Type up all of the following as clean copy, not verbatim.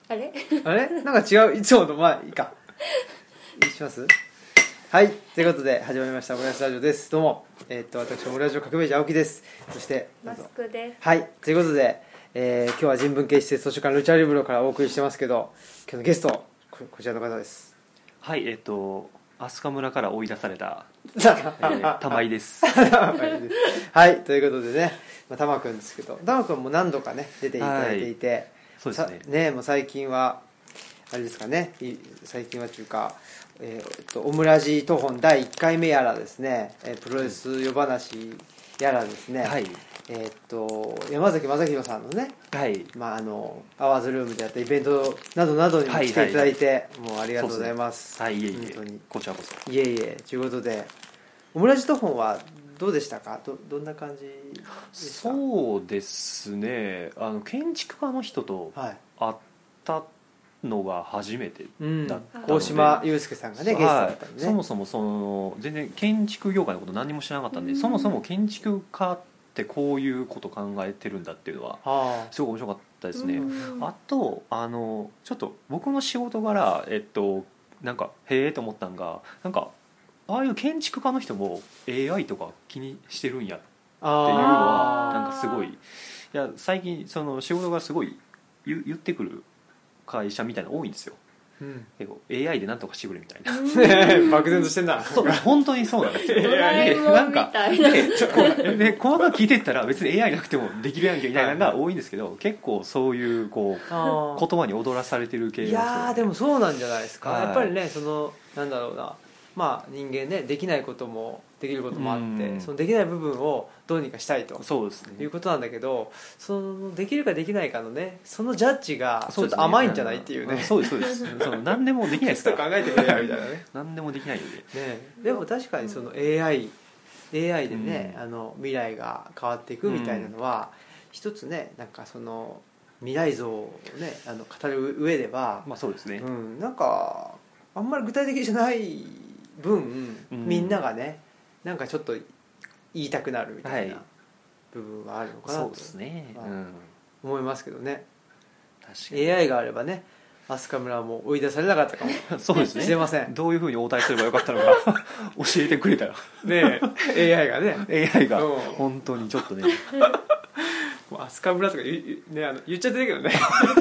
あれあれなんか違う、いつもの、まあいいか。します。はい、ということで始まりましたオムライスラジオです。どうも、私オムラジオ革命児青木です。そしてマスクです。 はい、ということで、今日は人文系施設図書館ルチャリブロからお送りしてますけど、今日のゲストこちらの方です。 はい、飛鳥村から追い出された、玉井です。 はい、ということでね、玉くんですけど、玉くんも何度かね出ていただいていて、はい、 そうですね。 もう最近はあれですかね、最近はというか、オムラジ当本第1回目やらですね、プロレス夜話やらですね、 はい、 山崎正弘さんのね、 はい、 アワーズルームでやったイベントなどなどにも来ていただいて、もうありがとうございます。 はい、いえいえ、 本当にこちらこそ。 いえいえ、ということで、オムラジ当本はどうでしたか？どんな感じでした？ そうですね、建築家の人と会ったのが初めてだったので、 大島祐介さんがねゲストだったんでね、 そもそも全然建築業界のこと何も知らなかったんで、そもそも建築家ってこういうこと考えてるんだっていうのはすごく面白かったですね。あとちょっと僕の仕事柄なんかへえと思ったんが、なんかああいう建築家の人も AI とか気にしてるんやっていうのはなんかすごい、いや最近その仕事がすごい言ってくる会社みたいなの多いんですよ。結構 AI でなんとかしてくれみたいな。 漠然としてんだ。 そう、本当にそうなんですよ。 ドラえもんみたいな。 で細かく聞いてったら別に AI なくてもできるやんけみたいなのが多いんですけど、結構そういうこう言葉に踊らされてる系の人、 いやーでもそうなんじゃないですか、やっぱりね、そのなんだろうな、まあ人間ね、できないこともできることもあって、そのできない部分をどうにかしたいと、 そうですね、 いうことなんだけど、そのできるかできないかのね、そのジャッジがちょっと甘いんじゃないっていうね。 そうですそうです。その何でもできないですから。 考えてくれよみたいなね。 何でもできないんで。 ね、でも確かにその AI でね、未来が変わっていくみたいなのは、一つね、なんかその未来像をね語る上では、 まあそうですね。 なんかあんまり具体的じゃない分、みんながねなんかちょっと言いたくなるみたいな部分はあるのかなと、 そうですね、 思いますけどね。 確かに AI があればね、飛鳥村も追い出されなかったかもそうですね、 しれません。 どういうふうに応対すればよかったのか教えてくれたらねえAI がね AI が本当にちょっとね飛鳥村とか言っちゃってるけどね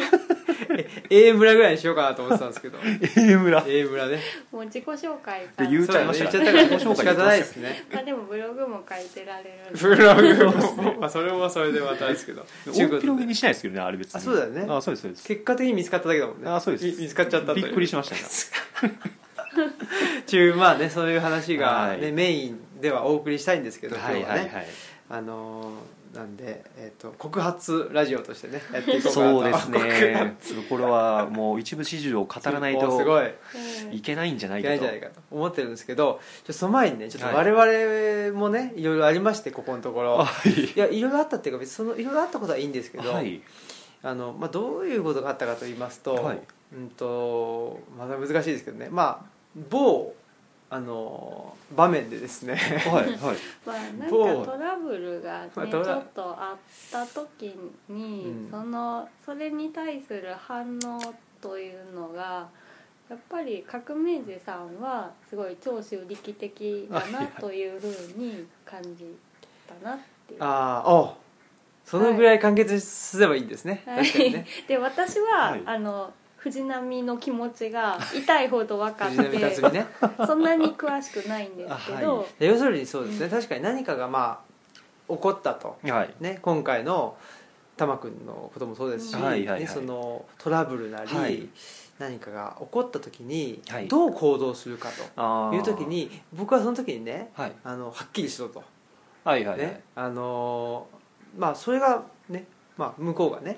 A 村ぐらいにしようかなと思ってたんですけど A 村ね、 もう自己紹介って言っちゃいましたね。 言っちゃったから仕方ないですね。 でもブログも書いてられるブログもそれはそれでまたですけど、 大広げにしないですけどね、あれ別に。 そうだよね。 そうですそうです。 結果的に見つかっただけだもんね。 そうです。 見つかっちゃったという。 びっくりしましたねまあね、そういう話がね、メインではお送りしたいんですけど、今日はね、なんで、告発ラジオとしてねやっていこうかなと。 そうですね。これはもう一部始終を語らないといけないんじゃないかと思ってるんですけど、その前にね、ちょっと我々もねいろいろありまして、ここのところ、いろいろあったっていうか、別にそのいろいろあったことはいいんですけど、どういうことがあったかと言いますと、まだ難しいですけどね、某場面でですねなんかトラブルがね、ちょっとあった時に、それに対する反応というのがやっぱり革命児さんはすごい長州力的だなというふうに感じたなっていう。 そのぐらい完結すればいいんですね、確かにね。 で、私は、藤波の気持ちが痛いほど分かってそんなに詳しくないんですけど、 要するにそうですね、確かに何かが起こったと、今回の玉君のこともそうですし、そのトラブルなり、何かが起こった時にどう行動するかという時に、僕はその時にね、はっきりしろと、それがね、向こうがね、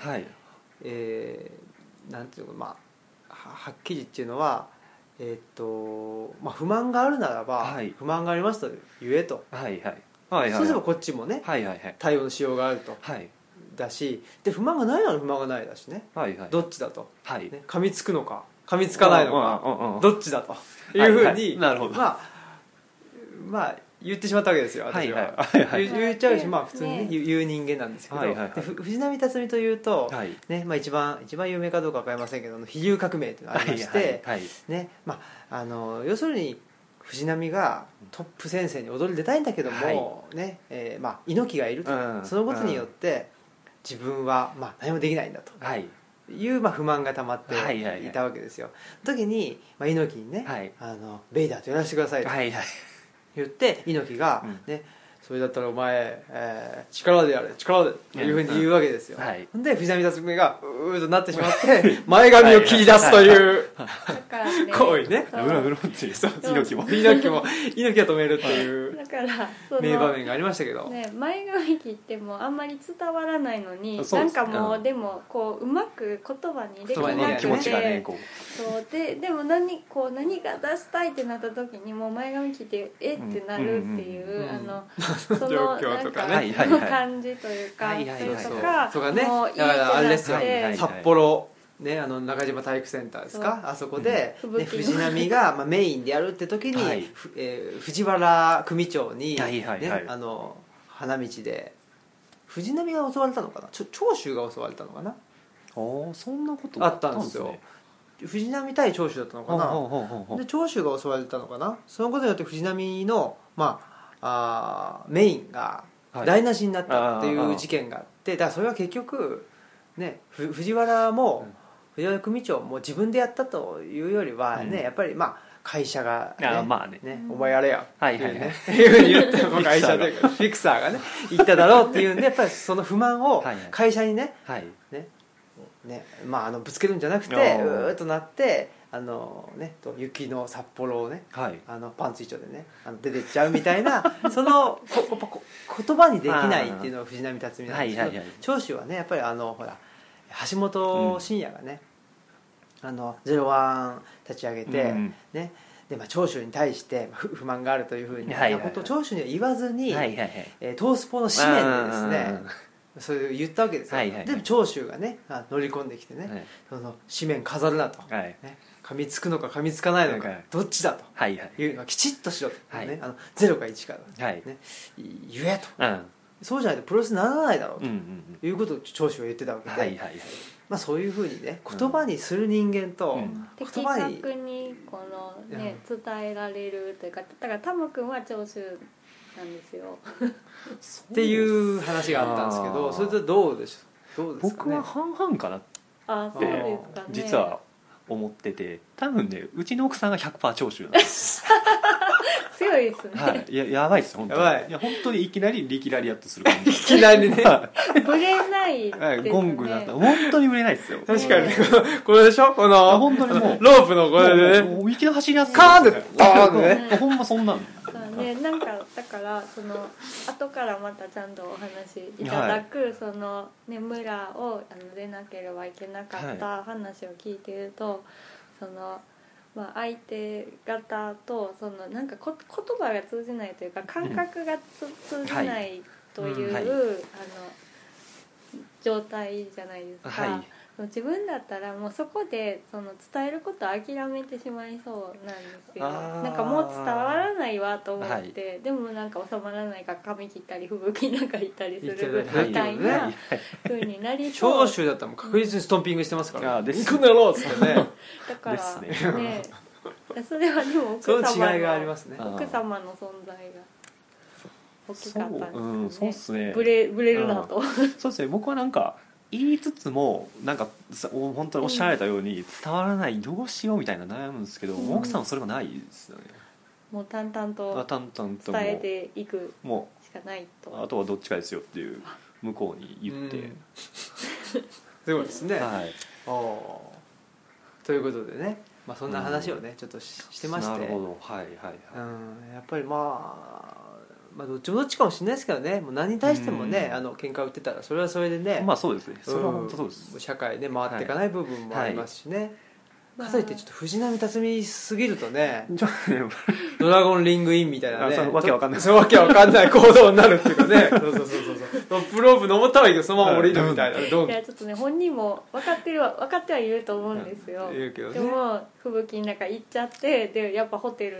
なんていうのか、はっきりっていうのは、不満があるならば、不満がありますと言えと、そうすればこっちもね、対応のしようがあると、だし、で不満がないなら不満がないだしね、どっちだと、噛みつくのか噛みつかないのか、どっちだというふうに、 言ってしまったわけですよ私は、言っちゃうし、まあ普通に、ね、言う人間なんですけど、で藤波辰巳というと、ね、まあ、一番有名かどうか分かりませんけど飛龍革命というのがありまして、ね、まあ、要するに藤波がトップ先生に踊り出たいんだけども、ね、まあ、猪木がいると、そのことによって自分はまあ何もできないんだと、いう、まあ、不満が溜まっていたわけですよ。時に、まあ、猪木にね、ベイダーとやらせてくださいと言って猪木が、ね、それだったらお前、力でやれ力でというふうに言うわけですよ、で藤波辰巳がうーっとなってしまって前髪を切り出すという行為ね。猪木が止めるっていうだから名場面がありましたけど、 ね、前髪切ってもあんまり伝わらないのになんかもうでもこううまく言葉にできなくて、 気持ちがねこうそうでも何が出したいってなった時にもう前髪切ってってなるっていう、そのなんかの感じというか、 そうかね、だからあれですよ、札幌ね、中島体育センターですか、あそこで、ね、藤波が、まあ、メインでやるって時に、藤原組長に、ね、花道で藤波が襲われたのかな、長州が襲われたのかな、 そんなことあったんですよ。藤波対長州だったのかな、で長州が襲われたのかな、そのことによって藤波の、まあ、メインが台無しになったっていう事件があって、だからそれは結局、ね、藤原藤原組長も自分でやったというよりはね、やっぱりまあ会社がね、お前やれよっていうふうに言っても会社でフィクサーがね言っただろうっていうんで、やっぱりその不満を会社にねまあぶつけるんじゃなくてうーっとなって雪の札幌をね、パンツ一丁でね出てっちゃうみたいなその言葉にできないっていうのが藤波辰巳なんですけど、長州はねやっぱりほら橋本真也がね、01立ち上げて、ね、で長州に対して不満があるというふうにことを長州には言わずに、トースポの紙面でですねそれを言ったわけですよ、で長州がね乗り込んできてね、その紙面飾るなと、ね、噛みつくのか噛みつかないのか、どっちだというのはきちっとしろと、0か1か、ね、言えと、そうじゃないとプロレスにならないだろうということを長州は言ってたわけで、まあ、そういうふうにね言葉にする人間と的確にこの、ね、伝えられるというか、だからタム君は長州なんですよっていう話があったんですけど、それとどうですかね。 僕は半々かなって実は思ってて、多分ねうちの奥さんが 100% 長州なんです強いですね、 いややばいです本当に。いや本当にいきなりリキラリアットする感じ、いきなりねブレないですね、 ゴングなんか本当にブレないですよ確かにこれでしょ、この本当にもうロープのこれでねいきなり走りやすいカーンってバーンってねほんまそんなんね、なんかだからその後からまたちゃんとお話いただく、そのね村を出なければいけなかった話を聞いていると、そのまあ相手方とそのなんか言葉が通じないというか感覚が通じないという状態じゃないですか。自分だったらもうそこでその伝えることを諦めてしまいそうなんですよ。なんかもう伝わらないわと思って、でもなんか収まらないから髪切ったり吹雪なんか行ったりするみたいな風になりそう。 長州だったらもう確実にストンピングしてますからね、行くんだろうっつってねだからねそれはでも奥様のその違いがありますね。 奥様の存在が大きかったんですそうっすね。 ブレるなとそうですね。僕はなんか言いつつもなんか本当におっしゃられたように伝わらない、どうしようみたいな悩むんですけど、奥さんはそれがないですよね。 もう淡々と伝えていくしかないと。 あとはどっちかですよっていう向こうに言って、 そうですね。ということでね、まあそんな話をねちょっとしてまして、 なるほど、 やっぱりまあどっちもどっちかもしれないですけどね、もう何に対してもね、喧嘩売ってたらそれはそれでね、 まあそうですね、それは本当そうです。 社会で回っていかない部分もありますしね、かといってちょっと藤波辰巳すぎるとねドラゴンリングインみたいなね、 わけわかんないわけわかんない行動になるっていうかねそうトップロープ登ったはいいけどそのまま降りるみたいな、いやちょっとね本人も分かってはいると思うんですよ、でも吹雪の中行っちゃって、でやっぱホテル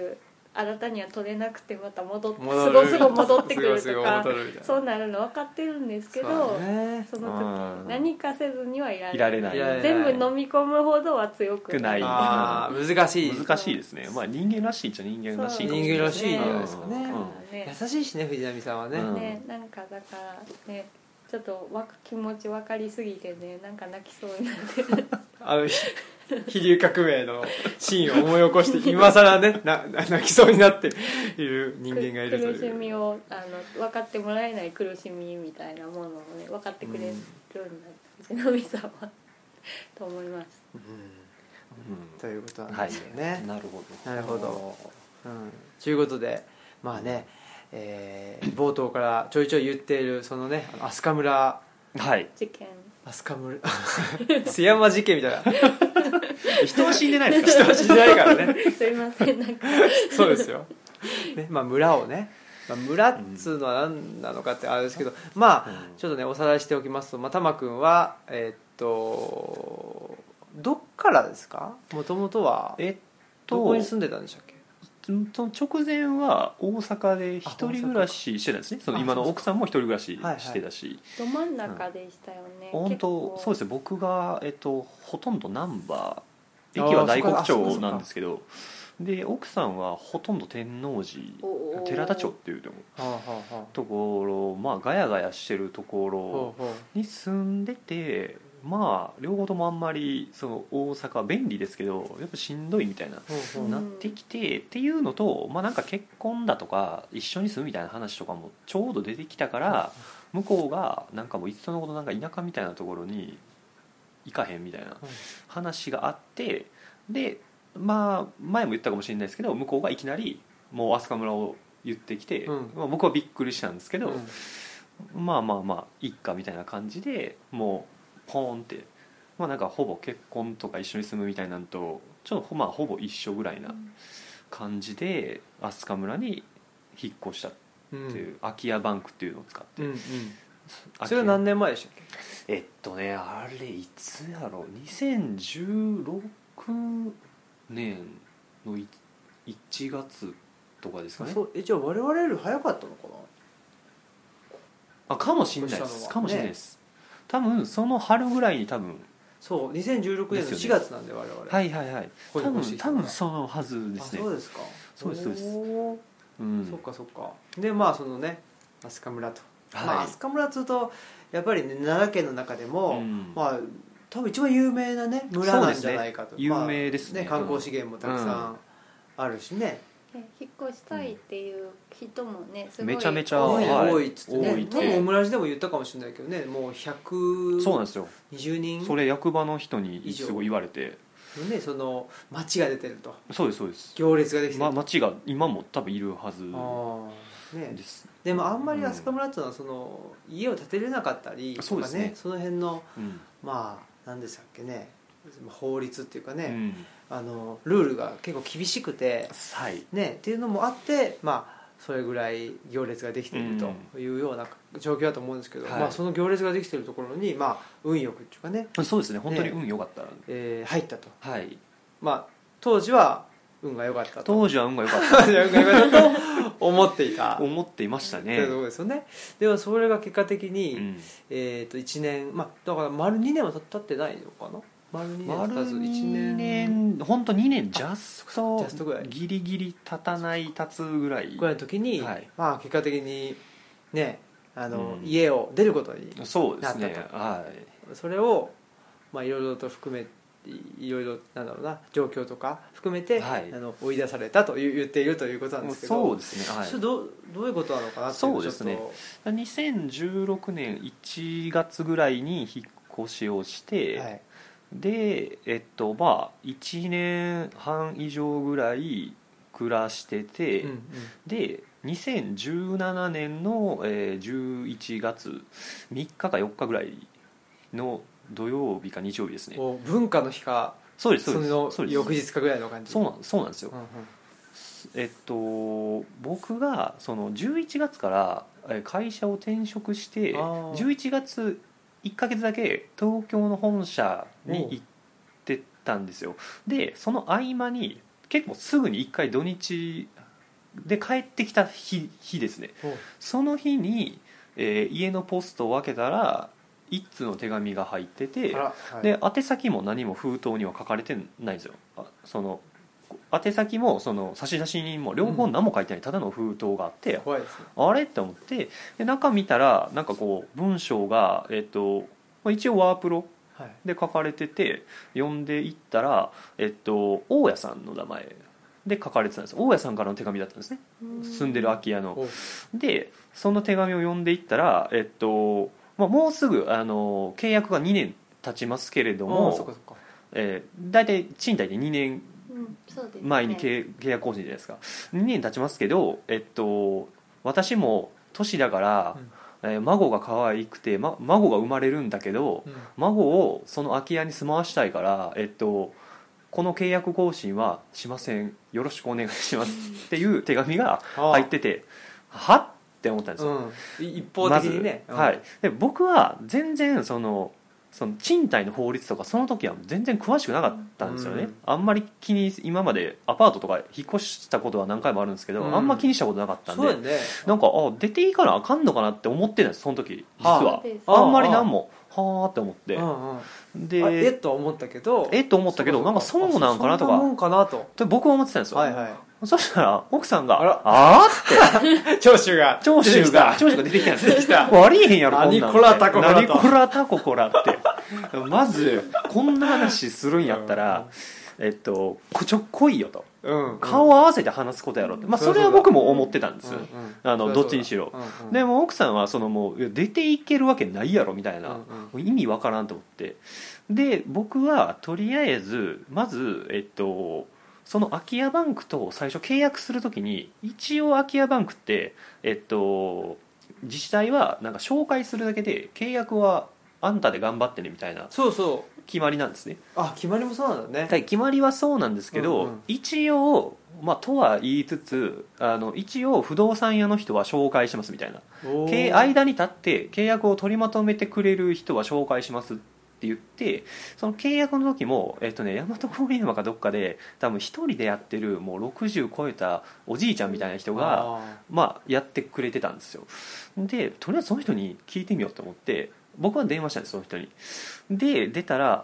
新たには取れなくてまたすごすご戻ってくるとかそうなるの分かってるんですけど、その時何かせずにはいられない全部飲み込むほどは強くない。 難しいですね。まあ人間らしいっちゃ人間らしい、 人間らしいじゃないですかね。優しいしね、藤波さんはね。 なんかだからね、ちょっと気持ち分かりすぎてね、なんか泣きそうになってる飛龍革命のシーンを思い起こして今更ね泣きそうになっている人間がいるという苦しみを分かってもらえない苦しみみたいなものをね分かってくれるんだ藤波さんはと思います、 ということなんですよね、 なるほどということでまあね、冒頭からちょいちょい言っているそのね飛鳥村事件飛鳥村津山事件みたいな人は死んでないですから人は死んでないからねすいませんなんかそうですよ、ね、村をね、村っつうのは何なのかってあれですけど、ちょっとねおさらいしておきますと、玉君はどっからですか？もともとはどこに住んでたんでしたっけ？ 直前は大阪で一人暮らししてたんですね。その今の奥さんも一人暮らししてたし、 ど真ん中でしたよね。 本当そうですね。僕がほとんど難波、駅は大黒町なんですけど、で奥さんはほとんど天王寺寺田町っていうところ、ガヤガヤしてるところに住んでて、両方ともあんまりその大阪便利ですけどやっぱしんどいみたいな、なってきてっていうのと、なんか結婚だとか一緒に住むみたいな話とかもちょうど出てきたから、向こうがなんかもういっそのことなんか田舎みたいなところに行かへんみたいな話があって、で前も言ったかもしれないですけど、向こうがいきなりもう飛鳥村を言ってきて、僕はびっくりしたんですけど、いっかみたいな感じでもうポーンって、なんかほぼ結婚とか一緒に住むみたいなのとちょっとほぼ一緒ぐらいな感じで飛鳥村に引っ越したっていう、空き家バンクっていうのを使って、 それは何年前でしたっけ？あれいつやろう、2016年の1月とかですかね。 じゃあ我々より早かったのかな？かもしれないですかもしれないです、多分その春ぐらいにそう2016年の4月なんで我々 はい多分そのはずですね。 そうですか。 そうですそっかそっか。でそのね飛鳥村と、飛鳥村っつうとやっぱりね奈良県の中でも、多分一番有名なね村なんじゃないかと。 有名ですね。 観光資源もたくさんあるしね。 引っ越したいっていう人もねすごいめちゃめちゃ多いっつってね。多分オムラジでも言ったかもしれないけどね、もう120 そうなんですよ。 人それ役場の人にすごい言われてね、その町が出てると。 そうですそうです。 行列ができてる、 町が今も多分いるはずです。 でもあんまり飛鳥村っていうのはその家を建てれなかったりとかね、その辺の何でしたっけね、法律っていうかね、ルールが結構厳しくて、っていうのもあって、それぐらい行列ができているというような状況だと思うんですけど、その行列ができているところに、運よくっていうかね、 そうですね、本当に運良かったら、 入ったと。当時は運が良かったと。 当時は運が良かった運が良かったと思っていましたね。 というところですよね。でもそれが結果的に、1年、だから丸2年は経ってないのかな。丸2年本当2年ジャストぐらい、ギリギリ経つぐらいの時に、結果的にね家を出ることになったと。 そうですね。 それをいろいろと含めいろいろ状況とか含めて、追い出されたと言っているということなんですけど、 そうですね。 それどういうことなのかなっていう。 そうですね。2016年1月ぐらいに引っ越しをして、で1年半以上ぐらい暮らしてて、で2017年の11月3日か4日ぐらいの土曜日か日曜日ですね。 文化の日か、 そうですその翌日かぐらいの感じ。 そうなんですよ。僕がその11月から会社を転職して11月1ヶ月だけ東京の本社に行ってたんですよ。でその合間に結構すぐに1回土日で帰ってきた日ですね。その日に、家のポストを開けたら一通の手紙が入ってて、はい、で宛先も何も封筒には書かれてないんですよ。その宛先もその差出人も両方何も書いてない、ただの封筒があって、 怖いですね、 あれって思って、で中見たらなんかこう文章が、一応ワープロで書かれてて、読んでいったら、大家さんの名前で書かれてたんです。大家さんからの手紙だったんですね、住んでる空き家の。でその手紙を読んでいったら、もうすぐ契約が2年経ちますけれども、大体賃貸で2年前に契約更新じゃないですか。2年経ちますけど、私も年だから、孫が可愛くて、孫が生まれるんだけど、孫をその空き家に住まわしたいから、この契約更新はしません、よろしくお願いしますっていう手紙が入ってて、はっって思ったんですよ、 一方的にね、 はい、で僕は全然その賃貸の法律とかその時は全然詳しくなかったんですよね、あんまり今までアパートとか引っ越したことは何回もあるんですけど、あんま気にしたことなかったんで、なんか出ていいかなあかんのかなって思ってるんです、その時実は。あんまり何もはあって思って、 でと思ったけどなんかそうなんかなとか、 そんなもんかなと僕は思ってたんですよ、 はいはい。 そしたら奥さんが「あーって長州が出てきたんですよ。ありえへんやろこんなん、 何こらタココラと、 何こらタココラってまずこんな話するんやったらちょっこいよと、顔を合わせて話すことやろって、それは僕も思ってたんです、どっちにしろ。でも奥さんはもう出ていけるわけないやろみたいな、意味わからんと思って、で僕はとりあえずまずその空き家バンクと最初契約するときに、一応空き家バンクって自治体はなんか紹介するだけで契約はあんたで頑張ってねみたいな決まりなんですね。 決まりもそうなんだね。 決まりはそうなんですけど、一応とは言いつつ一応不動産屋の人は紹介しますみたいな、間に立って契約を取りまとめてくれる人は紹介しますって言って、その契約の時も大和郡山かどっかで多分一人でやってるもう60超えたおじいちゃんみたいな人がやってくれてたんですよ。でとりあえずその人に聞いてみようと思って僕は電話したんです、その人に。で出たら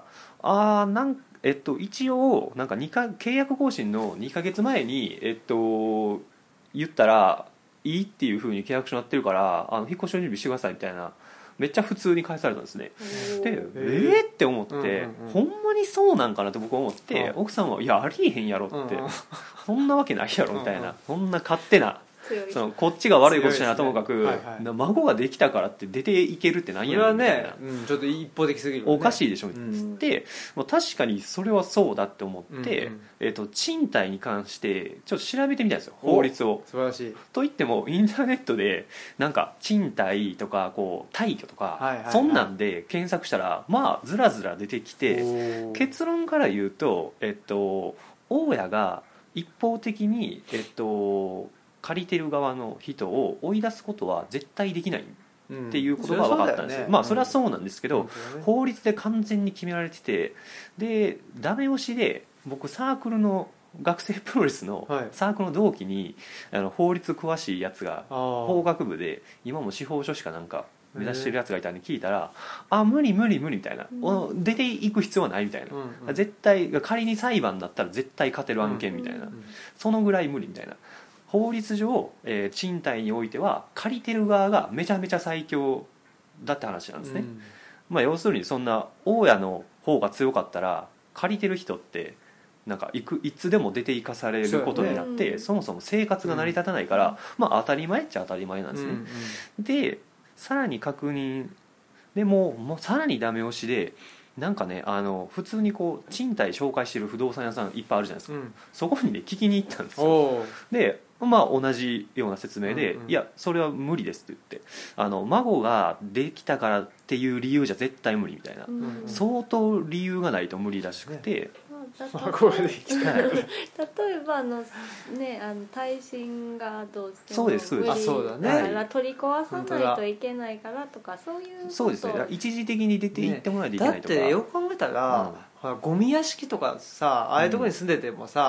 一応なんか契約更新の2ヶ月前に言ったらいいっていう風に契約書になってるから引っ越しの準備してくださいみたいな、めっちゃ普通に返されたんですね。でって思って、ほんまにそうなんかなって僕は思って、奥さんはいやありえへんやろって、そんなわけないやろみたいな、そんな勝手なこっちが悪いことしないともかく、孫ができたからって出ていけるって何やねんみたいな、 ちょっと一方的すぎる、 おかしいでしょって言って、確かにそれはそうだって思って、賃貸に関してちょっと調べてみたんですよ、法律を。 素晴らしい。 といってもインターネットでなんか賃貸とか退去とか、そんなんで検索したらずらずら出てきて、結論から言うと大家が一方的に借りてる側の人を追い出すことは絶対できないっていうことが分かったんですよ。それはそうなんですけど、法律で完全に決められてて、でダメ押しで僕サークルの学生プロレスのサークルの同期に法律詳しいやつが法学部で今も司法書士かなんか目指してるやつがいたんで聞いたら、無理みたいな、出ていく必要はないみたいな、絶対仮に裁判だったら絶対勝てる案件みたいな、そのぐらい無理みたいな。法律上、賃貸においては借りてる側がめちゃめちゃ最強だって話なんですね、要するにそんな大家の方が強かったら借りてる人ってなんかいつでも出て行かされることになって、そもそも生活が成り立たないから、当たり前っちゃ当たり前なんですね、でさらに確認でもうさらにダメ押しでなんかね普通に賃貸紹介してる不動産屋さんいっぱいあるじゃないですか、そこにね聞きに行ったんですよ。で同じような説明で、いやそれは無理ですって言って、孫ができたからっていう理由じゃ絶対無理みたいな、相当理由がないと無理らしくて、 孫ができた例えば耐震がどうしても無理だから取り壊さないといけないからとか、そういうこと。 そうですね、一時的に出て行ってもらえないといけないとか、 だってよく考えたら、ゴミ屋敷とかさ、ああいうところに住んでてもさ、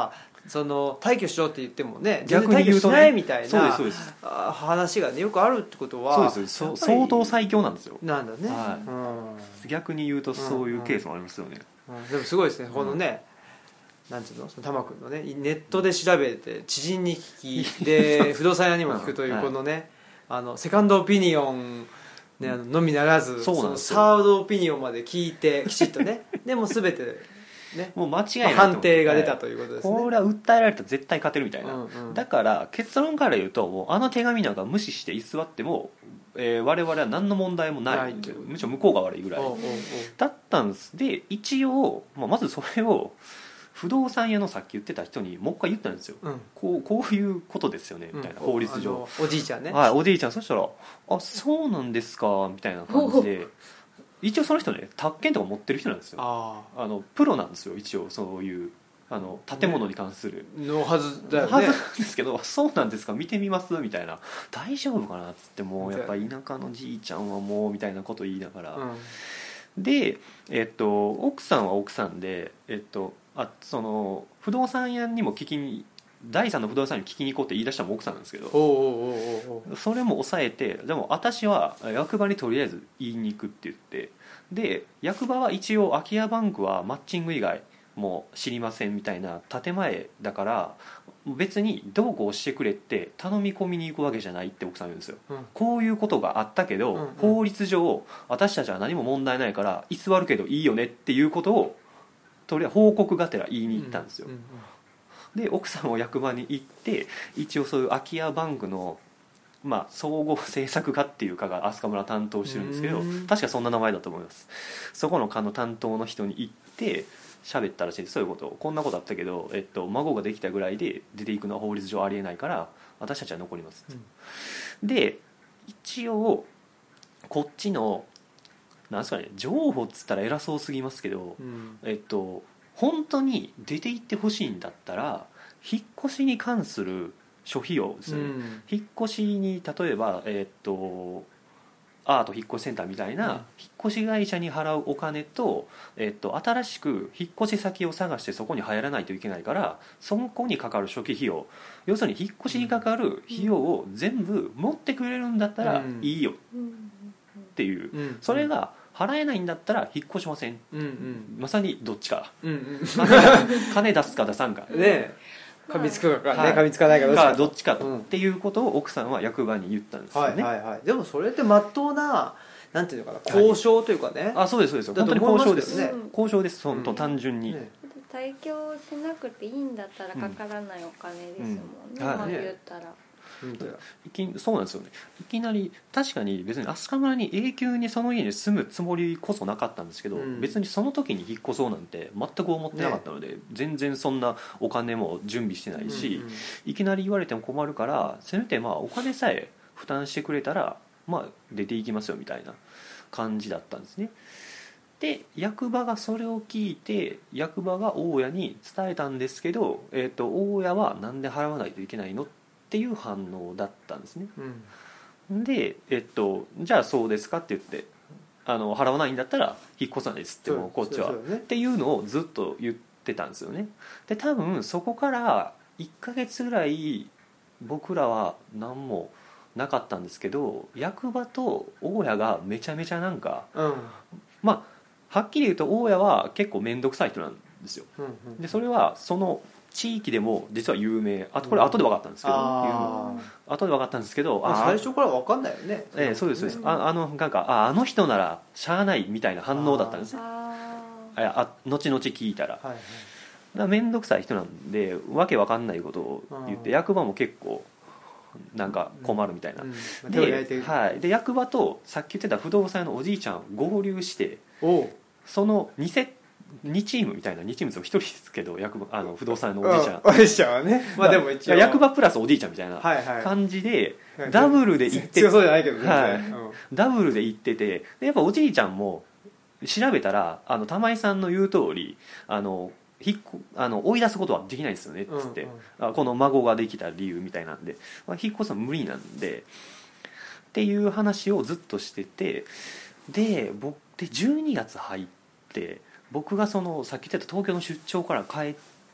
その退去しろって言ってもね逆に言うとね退去しないみたいな話がねよくあるってことはそうです相当最強なんですよ。 なんだね、 逆に言うとそういうケースもありますよね。 でもすごいですねこのね、なんていうの、その玉君のねネットで調べて知人に聞きで不動産屋にも聞くというこのね、セカンドオピニオン、ね、のみならずそのサードオピニオンまで聞いてきちっとねでも全てね、 もう間違いない判定が出たということですね。 これは訴えられたら絶対勝てるみたいな、だから結論から言うともう手紙なんか無視して居座っても、我々は何の問題もない、むしろ向こうが悪いぐらいだったんです。で一応、まずそれを不動産屋のさっき言ってた人にもう一回言ったんですよ、こういうことですよねみたいな、法律上おじいちゃんね、 おじいちゃん。そしたらあそうなんですかみたいな感じで一応その人ね宅建とか持ってる人なんですよ。プロなんですよ一応そういう建物に関するのはずだよね。 はずなんですけどそうなんですか見てみますみたいな大丈夫かなっつってもやっぱ田舎のじいちゃんはもうみたいなこと言いながら、で奥さんは奥さんでその不動産屋にも聞きに第三の不動産に聞きに行こうって言い出したのも奥さんなんですけどそれも抑えてでも私は役場にとりあえず言いに行くって言ってで役場は一応空き家バンクはマッチング以外もう知りませんみたいな建前だから別にどうこうしてくれって頼み込みに行くわけじゃないって奥さん言うんですよ、こういうことがあったけど、法律上私たちは何も問題ないから居座るけどいいよねっていうことをとりあえず報告がてら言いに行ったんですよ、で奥さんは役場に行って一応そういう空き家バンクの総合政策課っていうかが飛鳥村担当してるんですけど確かそんな名前だと思います。そこの課の担当の人に行って喋ったらしいです。そういうことこんなことあったけど、孫ができたぐらいで出ていくのは法律上ありえないから私たちは残ります、で一応こっちのなんですかね情報っつったら偉そうすぎますけど、本当に出て行ってほしいんだったら引っ越しに関する諸費用ですよね、引っ越しに例えばアート引っ越しセンターみたいな引っ越し会社に払うお金と、新しく引っ越し先を探してそこに入らないといけないからそこにかかる初期費用要するに引っ越しにかかる費用を全部持ってくれるんだったらいいよっていう、それが払えないんだったら引っ越しません、まさにどっちか、金出すか出さんかね噛みつくかね、噛みつかないかどっちかっていうことを奥さんは役場に言ったんですよね、 でもそれってまっとうななんていうのかな交渉というかね、 そうですそうです本当に交渉です、交渉です本当単純に、 退去しなくていいんだったらかからないお金ですもんね、言ったらそうなんですよね。いきなり確かに別に飛鳥村に永久にその家に住むつもりこそなかったんですけど、別にその時に引っ越そうなんて全く思ってなかったので、全然そんなお金も準備してないし、いきなり言われても困るからせめてお金さえ負担してくれたら出ていきますよみたいな感じだったんですね。で役場がそれを聞いて役場が大家に伝えたんですけど、大家はなんで払わないといけないのっていう反応だったんですね、で、じゃあそうですかって言って払わないんだったら引っ越さないですってもうこっちは、っていうのをずっと言ってたんですよね。で多分そこから1ヶ月ぐらい僕らは何もなかったんですけど役場と大家がめちゃめちゃなんか、はっきり言うと大家は結構面倒くさい人なんですよ、でそれはその地域でも実は有名これ後で分かったんですけど、後で分かったんですけど最初から分かんないよね、 そうですそうです、なんかあの人ならしゃあないみたいな反応だったんですね、後々聞いたら、面倒くさい人なんでわけ分かんないことを言って役場も結構なんか困るみたいな、で役場とさっき言ってた不動産屋のおじいちゃん合流してその2チームみたいな2チーム1人ですけど不動産屋のおじいちゃんおじいちゃんはね、でも一応役場プラスおじいちゃんみたいな感じでダブルで行って強そうじゃないけどダブルで行っててでやっぱおじいちゃんも調べたら玉井さんの言う通り追い出すことはできないですよねっつって、この孫ができた理由みたいなんで、引っ越すの無理なんでっていう話をずっとしててで12月入って僕がさっき言ってた東京の出張から帰っ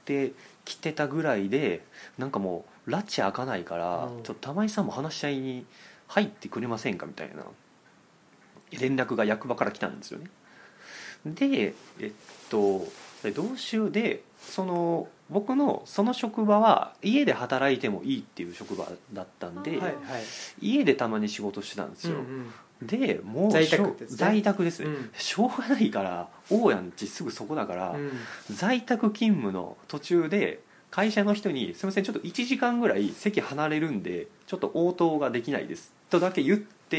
ってきてたぐらいでなんかもう拉致開かないから、ちょっと玉井さんも話し合いに入ってくれませんかみたいな連絡が役場から来たんですよね。でどうしようで僕のその職場は家で働いてもいいっていう職場だったんで、はいはい、家でたまに仕事してたんですよ、でもう在宅ですね、しょうがないから大家の家すぐそこだから、在宅勤務の途中で会社の人に「すいませんちょっと1時間ぐらい席離れるんでちょっと応答ができないです」とだけ言って、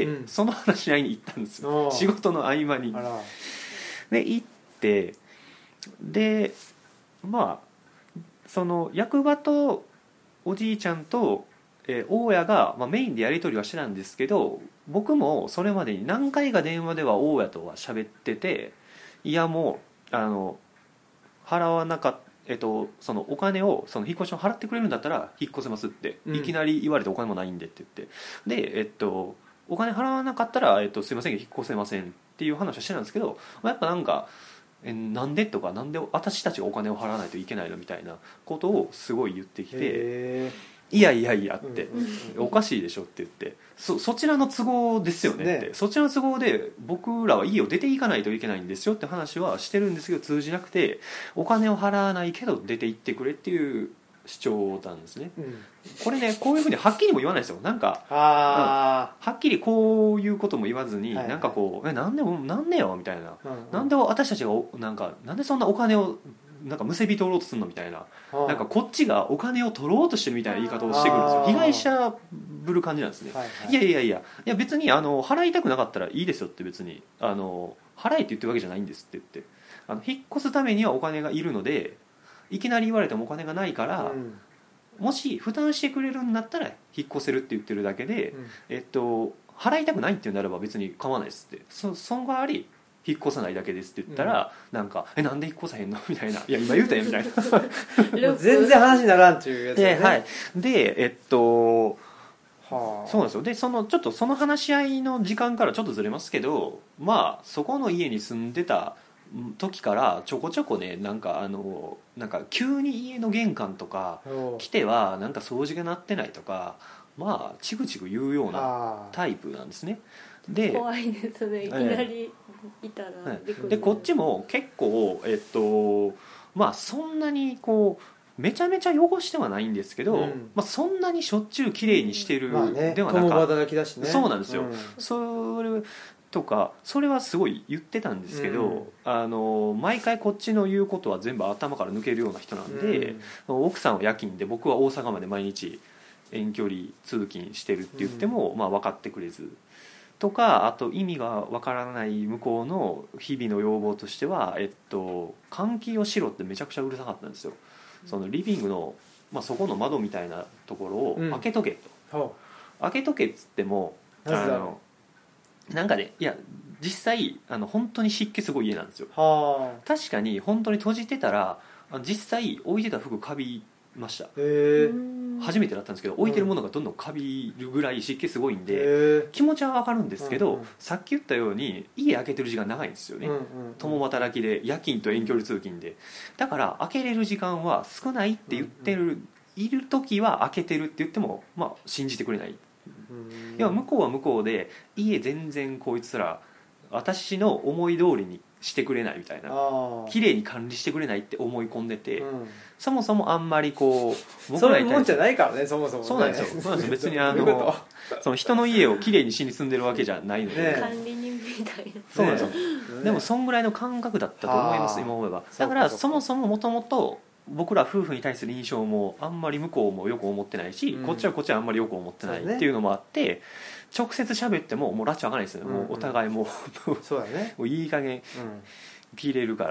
その話し合いに行ったんですよ、仕事の合間に。で行ってでまあその役場とおじいちゃんと大家が、メインでやり取りはしてたんですけど、僕もそれまでに何回か電話では大家とは喋ってて、いやもう払わなかったそのお金をその引っ越しを払ってくれるんだったら引っ越せますって、いきなり言われてお金もないんでって言ってでお金払わなかったら、すいません引っ越せませんっていう話をしてたんですけど、やっぱなんかなんでとかなんで私たちがお金を払わないといけないのみたいなことをすごい言ってきて、いやいやいやって、おかしいでしょって言って、そちらの都合ですよねって、そちらの都合で僕らは家を出ていかないといけないんですよって話はしてるんですけど通じなくて、お金を払わないけど出て行ってくれっていう主張なんですね、これねこういうふうにはっきりも言わないですよ。なんかはっきりこういうことも言わずに、なんかこうなんでよみたいな、なんで私たちがなんでそんなお金をなんかむせび取ろうとするのみたいな、なんかこっちがお金を取ろうとしてるみたいな言い方をしてくるんですよ。被害者ぶる感じなんですね、いや別に払いたくなかったらいいですよって、別に払えって言ってるわけじゃないんですって言って、引っ越すためにはお金がいるのでいきなり言われてもお金がないから、もし負担してくれるんだったら引っ越せるって言ってるだけで、払いたくないっていうならば別に構わないですって、その代わり引っ越さないだけですって言ったら、なんかなんで引っ越さへんのみたいな、いや今言うたやんみたいな全然話にならんっていうやつね。 でそうなんですよ。でちょっとその話し合いの時間からちょっとずれますけど、そこの家に住んでた時からちょこちょこね、なんか急に家の玄関とか来てはなんか掃除がなってないとか、チグチグ言うようなタイプなんですね。で怖いですね、いきなりいたらびっくり。 でこっちも結構そんなにこうめちゃめちゃ汚してはないんですけど、そんなにしょっちゅうきれいにしてるではなかった、 共働きだしね。 そうなんですよ、それとかそれはすごい言ってたんですけど、毎回こっちの言うことは全部頭から抜けるような人なんで、奥さんは夜勤で僕は大阪まで毎日遠距離通勤してるって言っても、分かってくれずとか、あと意味がわからない向こうの日々の要望としては、換気をしろってめちゃくちゃうるさかったんですよ。そのリビングの、そこの窓みたいなところを開けとけと、開けとけっつってもなんかね、いや実際本当に湿気すごい家なんですよ。確かに本当に閉じてたら実際置いてた服カビました。初めてだったんですけど、置いてるものがどんどんカビるぐらい湿気すごいんで、気持ちは分かるんですけど、さっき言ったように家開けてる時間長いんですよね、共働きで夜勤と遠距離通勤で。だから開けれる時間は少ないって言ってる、いる時は開けてるって言っても信じてくれない。いや向こうは向こうで家全然こいつら私の思い通りにしてくれないみたいな、綺麗に管理してくれないって思い込んでて、そもそもあんまりこう僕らに対してそういうもんじゃないからね、そもそもね。 そうなんですよ。別にその人の家を綺麗にしに住んでるわけじゃないので、 管理人みたいな。 そうなんですよ。でもそんぐらいの感覚だったと思います、今思えば。だからそもそももともと僕ら夫婦に対する印象もあんまり向こうもよく思ってないし、こっちはあんまりよく思ってないっていうのもあって、直接喋ってももう拉致開かないですよね、もうお互いもうそうだね、もういい加減切れるから、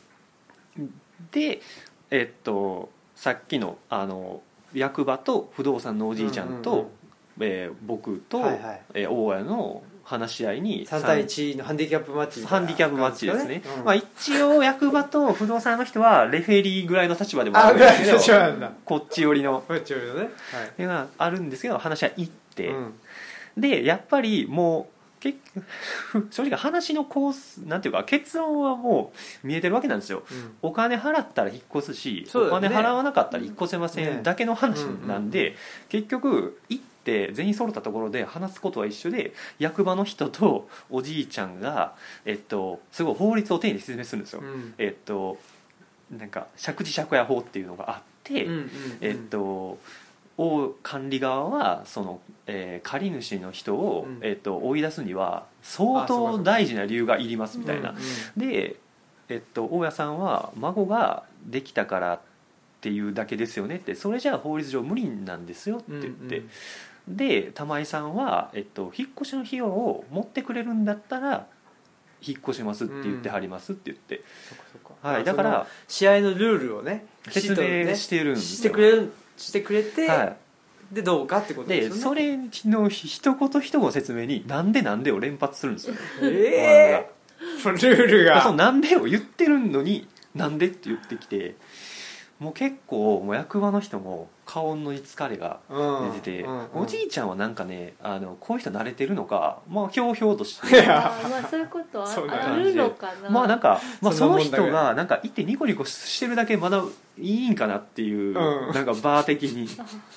でさっきの役場と不動産のおじいちゃんと、僕と、大家の話し合いに 3対1のハンディキャップマッチみたいな、 ハンディキャップマッチですね、一応役場と不動産の人はレフェリーぐらいの立場でもあるんですけど、こっち寄りのがあるんですけど、話し合い行って、でやっぱりもう結局正直話のコースなんていうか結論はもう見えてるわけなんですよ、お金払ったら引っ越すし、お金払わなかったら引っ越せませんだけの話なんで、結局行って全員揃ったところで話すことは一緒で、役場の人とおじいちゃんが、すごい法律を丁寧に説明するんですよ、なんか借地借家法っていうのがあって、管理側はその、借り主の人を、追い出すには相当大事な理由がいりますみたいな、で、大家さんは孫ができたからっていうだけですよねって、それじゃあ法律上無理なんですよって言って、で玉井さんは、引っ越しの費用を持ってくれるんだったら引っ越しますって言ってはりますって言って、はい、だから試合のルールをね説明してるんですよ、 してくれて、はい、でどうかってことですよね。 でそれの一言一言説明になんでを連発するんですよ、 ルールがそのなんでを言ってるのになんでって言ってきて、もう結構もう役場の人も顔の疲れが出てて、おじいちゃんはなんかねこういう人慣れてるのか、まあひょうひょうとしてまあそういうことはあるのかな、 まあなんか、まあ、その人がなんかいてニコニコしてるだけまだいいんかなっていう、なんかバー的に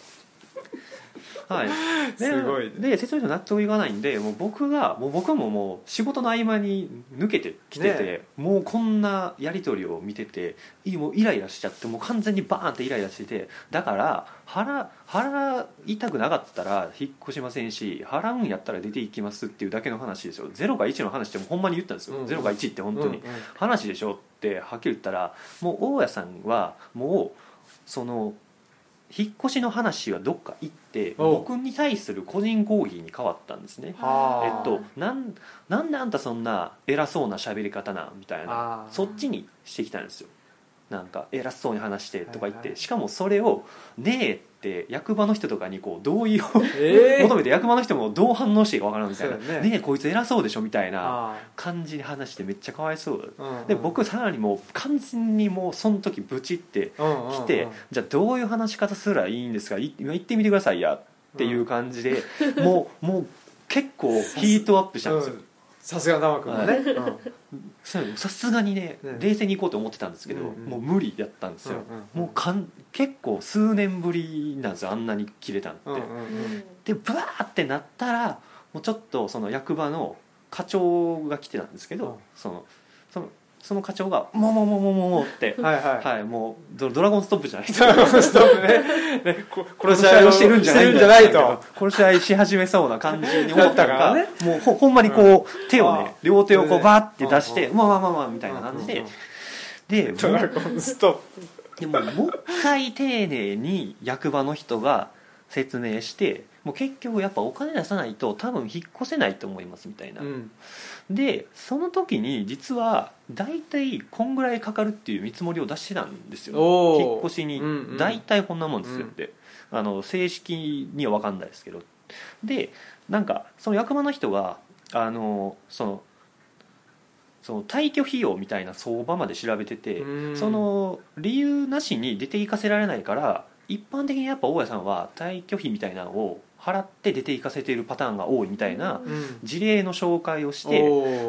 はい、 すごい、 で説明書納得いかないんで、もう僕ももう仕事の合間に抜けてきてて、ね、もうこんなやり取りを見ててもうイライラしちゃって、もう完全にバーンってイライラしてて、だから払いたくなかったら引っ越しませんし、払うんやったら出ていきますっていうだけの話ですよ。0か1の話ってもうほんまに言ったんですよ、0か1って本当に話でしょってはっきり言ったら、もう大家さんはもうその引っ越しの話はどっか行って僕に対する個人講義に変わったんですね。なんであんたそんな偉そうな喋り方なみたいな、そっちにしてきたんですよ。なんか偉そうに話してとか言って、しかもそれをねえって役場の人とかにこう同意を求めて、役場の人もどう反応していいかわからんみたいな、ねえこいつ偉そうでしょみたいな感じに話してめっちゃかわいそうで、僕さらにもう完全にもうその時ブチってきて、じゃあどういう話し方すらいいんですか、今言ってみてくださいやっていう感じで、もう結構ヒートアップしたんですよ。 さすが玉君はね、 さすがにね冷静に行こうと思ってたんですけど、もう無理やったんですよ、もう結構数年ぶりなんですよ、あんなに切れたんって、でブワーってなったらもうちょっとその役場の課長が来てたんですけど、その課長が「もう」ってもうドラゴンストップじゃないですか、ドラゴンストップね殺し合いをしてるんじゃないと、殺し合いし始めそうな感じに思ったからもうほんまにこう手をね両手をこうバーって出して「まあ」みたいな感じでドラゴンストップでもう一回丁寧に役場の人が説明して、もう結局やっぱお金出さないと多分引っ越せないと思いますみたいな、でその時に実は大体こんぐらいかかるっていう見積もりを出してたんですよ、引っ越しに大体こんなもんですよって、正式には分かんないですけど、でなんかその役場の人がその退去費用みたいな相場まで調べてて、その理由なしに出て行かせられないから、一般的にやっぱ大家さんは退去費みたいなのを払って出て行かせているパターンが多いみたいな事例の紹介をして、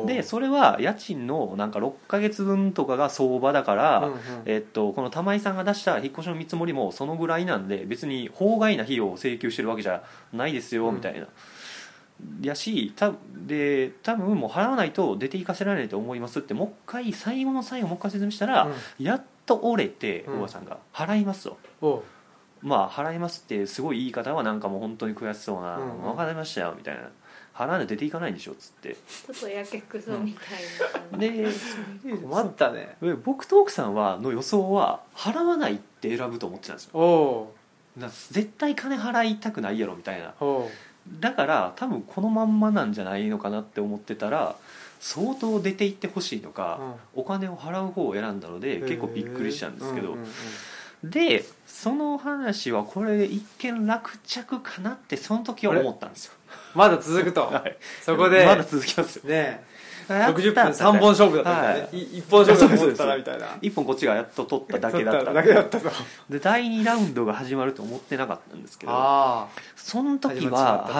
でそれは家賃のなんか6ヶ月分とかが相場だから、この玉井さんが出した引っ越しの見積もりもそのぐらいなんで、別に法外な費用を請求してるわけじゃないですよみたいな、やし多分もう払わないと出て行かせられないと思いますって、もう一回最後の最後もう一回説明したら、やっと折れて大家さんが払いますと、まあ払いますってすごい言い方はなんかもう本当に悔しそうな、分かりましたよみたいな、払わないと出ていかないんでしょっつって、ちょっとやけくそみたいな、 で困ったね。 僕と奥さんの予想は払わないって選ぶと思ってたんですよ。絶対金払いたくないやろみたいな、だから多分このまんまなんじゃないのかなって思ってたら、相当出て行ってほしいのか、お金を払う方を選んだので結構びっくりしたんですけど、でその話はこれで一見落着かなってその時は思ったんですよ。 まだ続くと、そこでまだ続きますよね。60分3本勝負だったんでね、1本勝負だと思ったらみたいな、 1本こっちがやっと取っただけだったとで第2ラウンドが始まると思ってなかったんですけど、その時は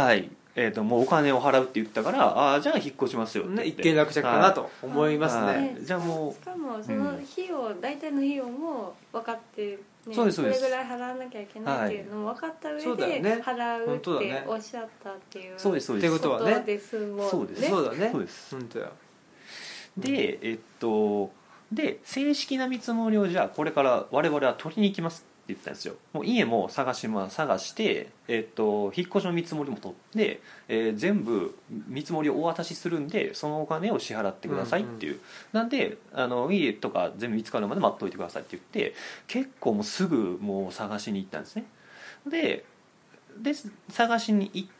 もうお金を払うって言ったからじゃあ引っ越しますよって言って、 一件落着かなと思いますね。 じゃあもうしかもその費用、大体の費用も分かって、 そうですこれぐらい払わなきゃいけないっていうのも分かった上で払うっておっしゃったっていうそうですそうですってことはね、 ですもんね。 そうだね、 そうです、 本当や。 でで正式な見積もりをじゃあこれから我々は取りに行きますって言ったんですよ。もう家も探して、引っ越しの見積もりも取って、全部見積もりをお渡しするんでそのお金を支払ってくださいっていう、なんで家とか全部見つかるまで待っといてくださいって言って結構もうすぐもう探しに行ったんですね。で探しに行って、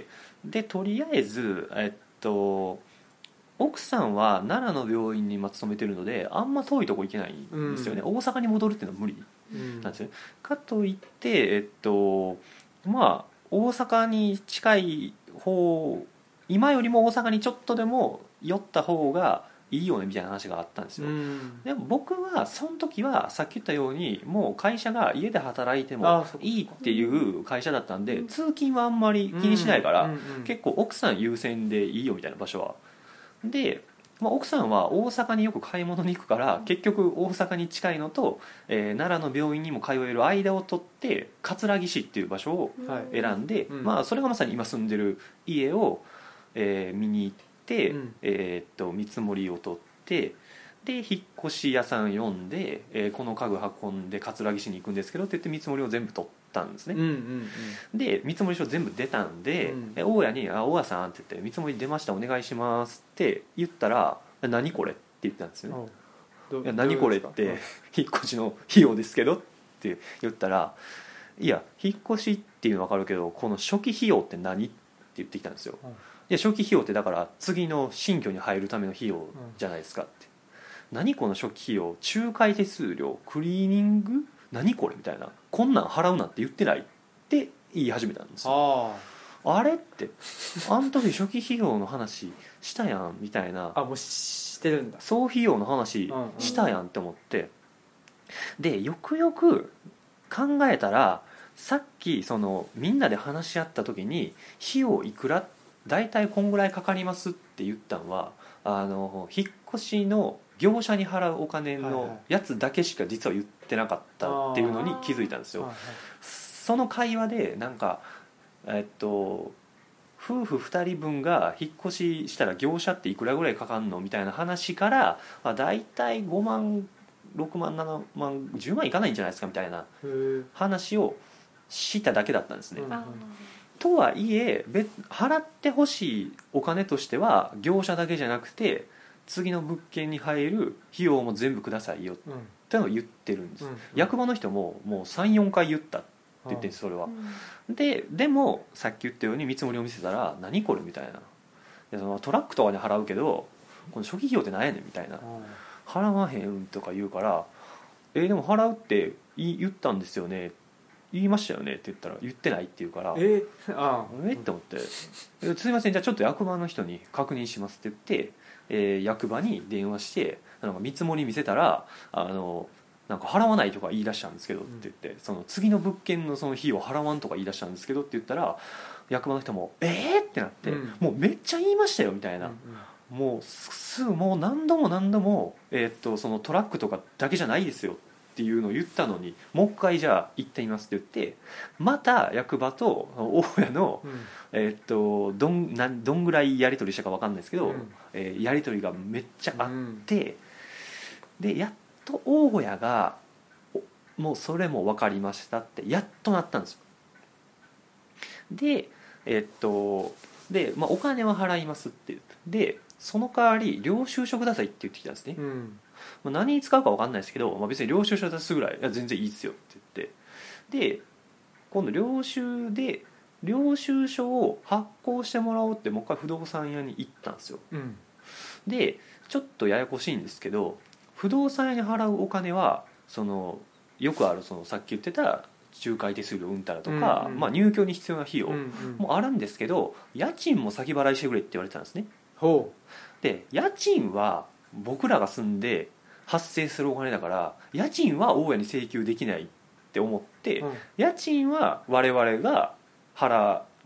でとりあえず奥さんは奈良の病院に勤めてるのであんま遠いとこ行けないんですよね、大阪に戻るっていうのは無理なんですよね、かといってまあ大阪に近い方、今よりも大阪にちょっとでも寄った方がいいよねみたいな話があったんですよ、でも僕はその時はさっき言ったようにもう会社が家で働いてもいいっていう会社だったんで、通勤はあんまり気にしないから、結構奥さん優先でいいよみたいな場所はで、奥さんは大阪によく買い物に行くから結局大阪に近いのと、奈良の病院にも通える間を取って葛城市っていう場所を選んで、それがまさに今住んでる家を、見に行って、見積もりを取ってで引っ越し屋さん呼んで、この家具運んで葛城市に行くんですけどって言って見積もりを全部取ったんですね、で見積もり書全部出たんで、大家に「大家さん」って言って「見積もり出ましたお願いします」って言ったら「何これ?」って言ったんですよね。いや何これって引っ越しの費用ですけどって言ったら「いや引っ越しっていうの分かるけどこの初期費用って何?」って言ってきたんですよ。いや初期費用ってだから次の新居に入るための費用じゃないですかって、何この初期費用、仲介手数料、クリーニング、何これみたいな、こんなん払うなんて言ってないって言い始めたんですよ。あれってあの時初期費用の話したやんみたいな、 もうしてるんだ、 総費用の話したやんって思って、でよくよく考えたらさっきそのみんなで話し合った時に費用いくら大体こんぐらいかかりますって言ったのは引っ越しの業者に払うお金のやつだけしか実は言ってなかったっていうのに気づいたんですよ。その会話でなんか夫婦2人分が引っ越ししたら業者っていくらぐらいかかんのみたいな話から大体5万6万7万10万いかないんじゃないですかみたいな話をしただけだったんですね。とはいえ払ってほしいお金としては業者だけじゃなくて次の物件に入る費用も全部くださいよってのを言ってるんです、役場の人ももう 3,4 回言ったって言ってるんですそれは、でもさっき言ったように見積もりを見せたら何これみたいな、そのトラックとかに払うけどこの初期費用って何やねんみたいな、払わへんとか言うからでも払うって言ったんですよね言いましたよねって言ったら言ってないって言うからって思ってすいませんじゃあちょっと役場の人に確認しますって言って、役場に電話してなんか見積もり見せたらなんか払わないとか言い出したんですけどって言って、その次の物件のその費用払わんとか言い出したんですけどって言ったら役場の人もってなって、もうめっちゃ言いましたよみたいな、もう何度も、そのトラックとかだけじゃないですよっていうのを言ったのにもう一回じゃあ行ってみますって言ってまた役場と大家の、どんぐらいやり取りしたか分かんないですけど、やり取りがめっちゃあって、でやっと大家がもうそれも分かりましたってやっとなったんですよ。でお金は払いますって言ってでその代わり領収書くださいって言ってきたんですね、何に使うか分かんないですけど、別に領収書出すぐらい全然いいですよって言ってで今度領収書を発行してもらおうってもう一回不動産屋に行ったんですよ、でちょっとややこしいんですけど不動産屋に払うお金はそのよくあるそのさっき言ってた仲介手数料うんたらとか、入居に必要な費用もあるんですけど、家賃も先払いしてくれって言われてたんですね。で家賃は僕らが住んで発生するお金だから家賃は大家に請求できないって思って、家賃は我々が払っ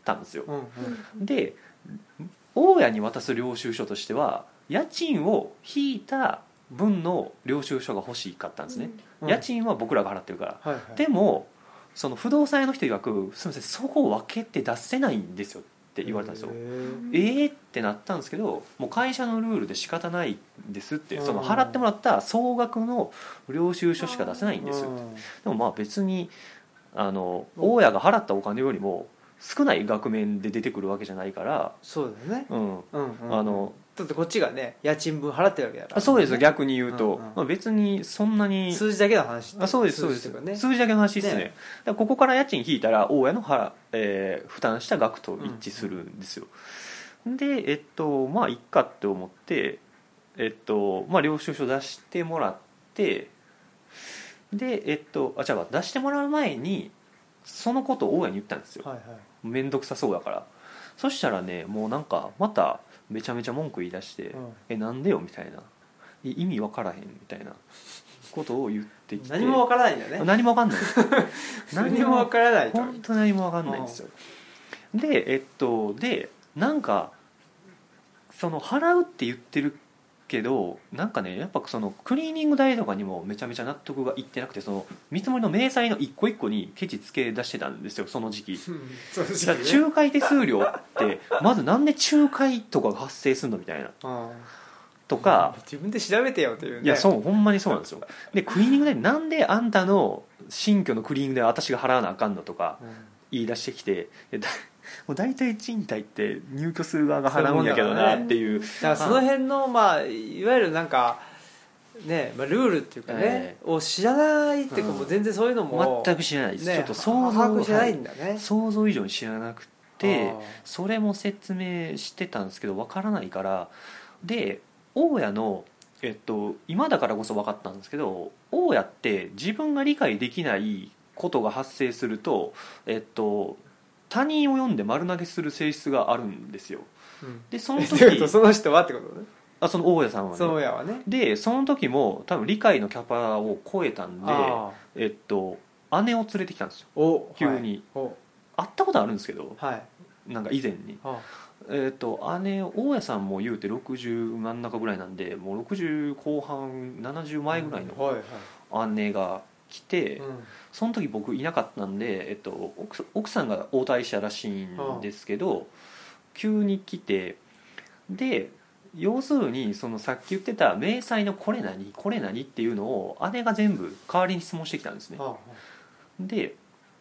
たんですよ、で大家に渡す領収書としては家賃を引いた分の領収書が欲しかったんですね、家賃は僕らが払ってるから、でもその不動産屋の人曰くすみませんそこを分けて出せないんですよって言われたんですよ。ってなったんですけどもう会社のルールで仕方ないんですって、その払ってもらった総額の領収書しか出せないんですよって。でもまあ別に大家が払ったお金よりも少ない額面で出てくるわけじゃないから。 そうだね、だってこっちがね家賃分払ってるわけだから、ね、 そうですよ逆に言うと、まあ、別にそんなに数字だけの話そうですそうです、数字だけの話ですね。だからここから家賃引いたら大家の負担した額と一致するんですよ、でまあいっかって思ってまあ領収書出してもらってでじゃあ出してもらう前にそのことを大家に言ったんですよ、面倒くさそうだから。そしたらねもうなんかまためちゃめちゃ文句言い出して、なんでよみたいな、意味わからへんみたいなことを言ってきて何もわからないんだね。 何もわかんない何もわからないと本当に何もわかんないんですよ。ででなんかその払うって言ってるけどなんかねやっぱそのクリーニング代とかにもめちゃめちゃ納得がいってなくて、その見積もりの明細の一個一個にケチつけ出してたんですよその時期、仲介手数料ってまずなんで仲介とかが発生するのみたいなとか自分で調べてよっていうね。 いやそうほんまにそうなんですよ。でクリーニング代なんであんたの新居のクリーニング代私が払わなあかんのとか言い出してきて、もう大体賃貸って入居する側が払うんやけどなっていう、 だからその辺のまあいわゆるなんかね、ルールっていうかね、を知らないっていうか、もう全然そういうのも全く知らないです、ちょっと把握してないんだね、 想像以上に知らなくて、それも説明してたんですけど分からないから。で大家の今だからこそ分かったんですけど、大家って自分が理解できないことが発生すると他人を読んで丸投げする性質があるんですよ、でその時その人はってことね。 その大家さんはね。 その大家はね。 でその時も多分理解のキャパを超えたんで姉を連れてきたんですよ急に、会ったことあるんですけど、なんか以前に、姉大家さんも言うて60真ん中ぐらいなんでもう60後半70前ぐらいの姉が来て、その時僕いなかったんで、奥さんが応対者らしいんですけど、急に来て、で要するにそのさっき言ってた明細のこれ何これ何っていうのを姉が全部代わりに質問してきたんですね、で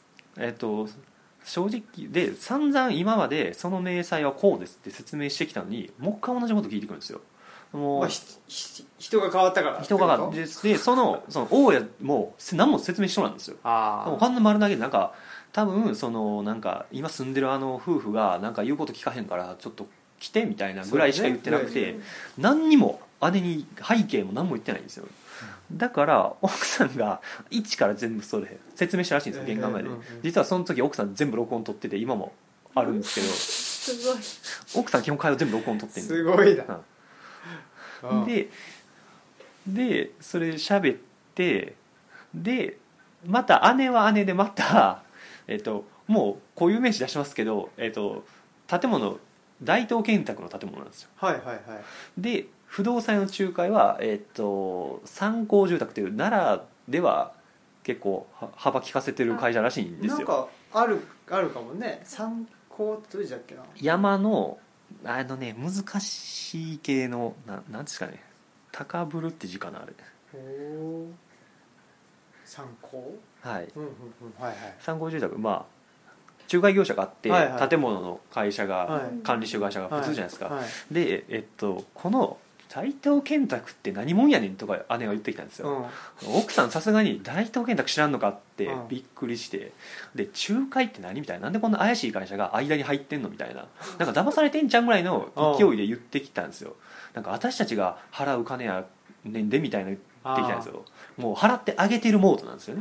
正直で散々今までその明細はこうですって説明してきたのにもう一回同じこと聞いてくるんですよ。もう、 人が変わったから人が変わってでその大家も何も説明しとらんですよ。こんな丸投げでなんか多分そのなんか今住んでる夫婦がなんか言うこと聞かへんからちょっと来てみたいなぐらいしか言ってなくて、何にも姉に背景も何も言ってないんですよ。だから奥さんが一から全部それ説明したらしいんですよ玄関前で。実はその時奥さん全部録音取ってて今もあるんですけどすごい奥さん基本会話全部録音取ってんすごいな、 でそれ喋ってでまた姉は姉でまたもう固有名詞出しますけど建物大東建託の建物なんですよ。で不動産の仲介は三幸住宅っていう奈良では結構幅利かせてる会社らしいんですよ。 なんかあるかもね。三幸ってどうじゃっけな。 山の難しい系のなんですかね、高ぶるって字かなあれ。 三幸。 三幸住宅仲介業者があって、建物の会社が、管理してる会社が普通じゃないですか、でこの大東建託って何もんやねんとか姉が言ってきたんですよ、奥さんさすがに大東建託知らんのかってびっくりして、で仲介って何みたいな、なんでこんな怪しい会社が間に入ってんのみたいな、なんか騙されてんちゃんぐらいの勢いで言ってきたんですよ。なんか私たちが払う金やねんでみたいな言ってきたんですよ。もう払ってあげてるモードなんですよね。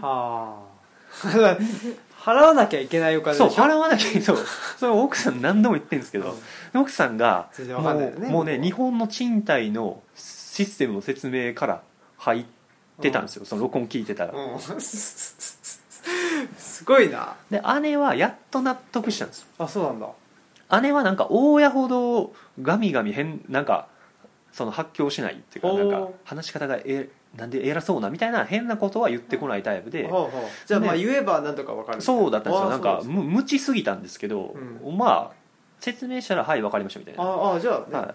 払わなきゃいけないお金でしょ。 そう払わなきゃいけない。それ奥さん何度も言ってるんですけど、奥さんがもうね日本の賃貸のシステムの説明から入ってたんですよ、その録音聞いてたら。 すすごいな。 で姉はやっと納得したんですよ。 あ、そうなんだ。 姉はなんか大家ほどガミガミなんかその発狂しないっていうか、なんか話し方がなんで偉そうなみたいな変なことは言ってこないタイプで、 じゃあまあ言えばなんとか分かる。 そうだったんですよ。なんか無知すぎたんですけど、まあ説明したらはい分かりましたみたいな。 じゃあ、 はい、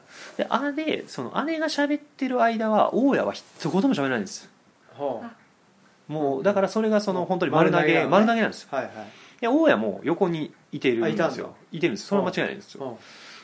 でその姉が喋ってる間は大家は一言も喋らないんです。もうだからそれがその本当に丸投げなんですよ。で大家も横にいてるんですよ。いてるんです。それは間違いないんですよ。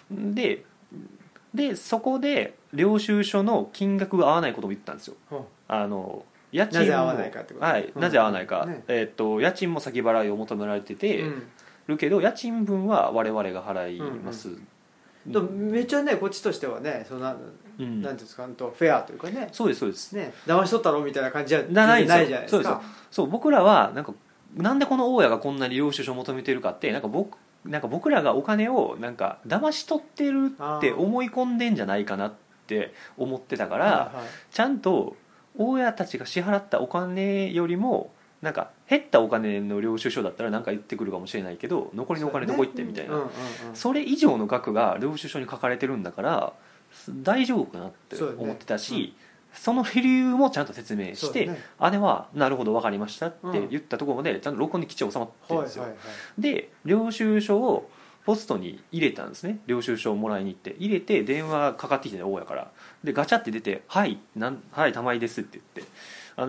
でそこで領収書の金額が合わないことも言ったんですよ。家賃もなぜ合わないかってこと。はい、なぜ合わないか、家賃も先払いを求められててるけど、家賃分は我々が払います。 めっちゃねこっちとしてはね、そんななんていうんですか、フェアというかね。 そうですそうですね、騙し取ったろみたいな感じじゃないじゃないですか。 そう僕らはなんでこの大家がこんなに領収書を求めてるかって、なんか僕らがお金をなんか騙し取ってるって思い込んでんじゃないかなって思ってたから、ちゃんと大家たちが支払ったお金よりもなんか減ったお金の領収書だったら何か言ってくるかもしれないけど、残りのお金どこ行ってみたいな、それ以上の額が領収書に書かれてるんだから大丈夫かなって思ってたし、その理由もちゃんと説明して、姉はなるほど分かりましたって言ったところまでちゃんと録音にきっちり収まってるんですよ。で領収書をポストに入れたんですね。領収書をもらいに行って入れて、電話かかってきて大家からでガチャって出て「はい玉井です」って言って、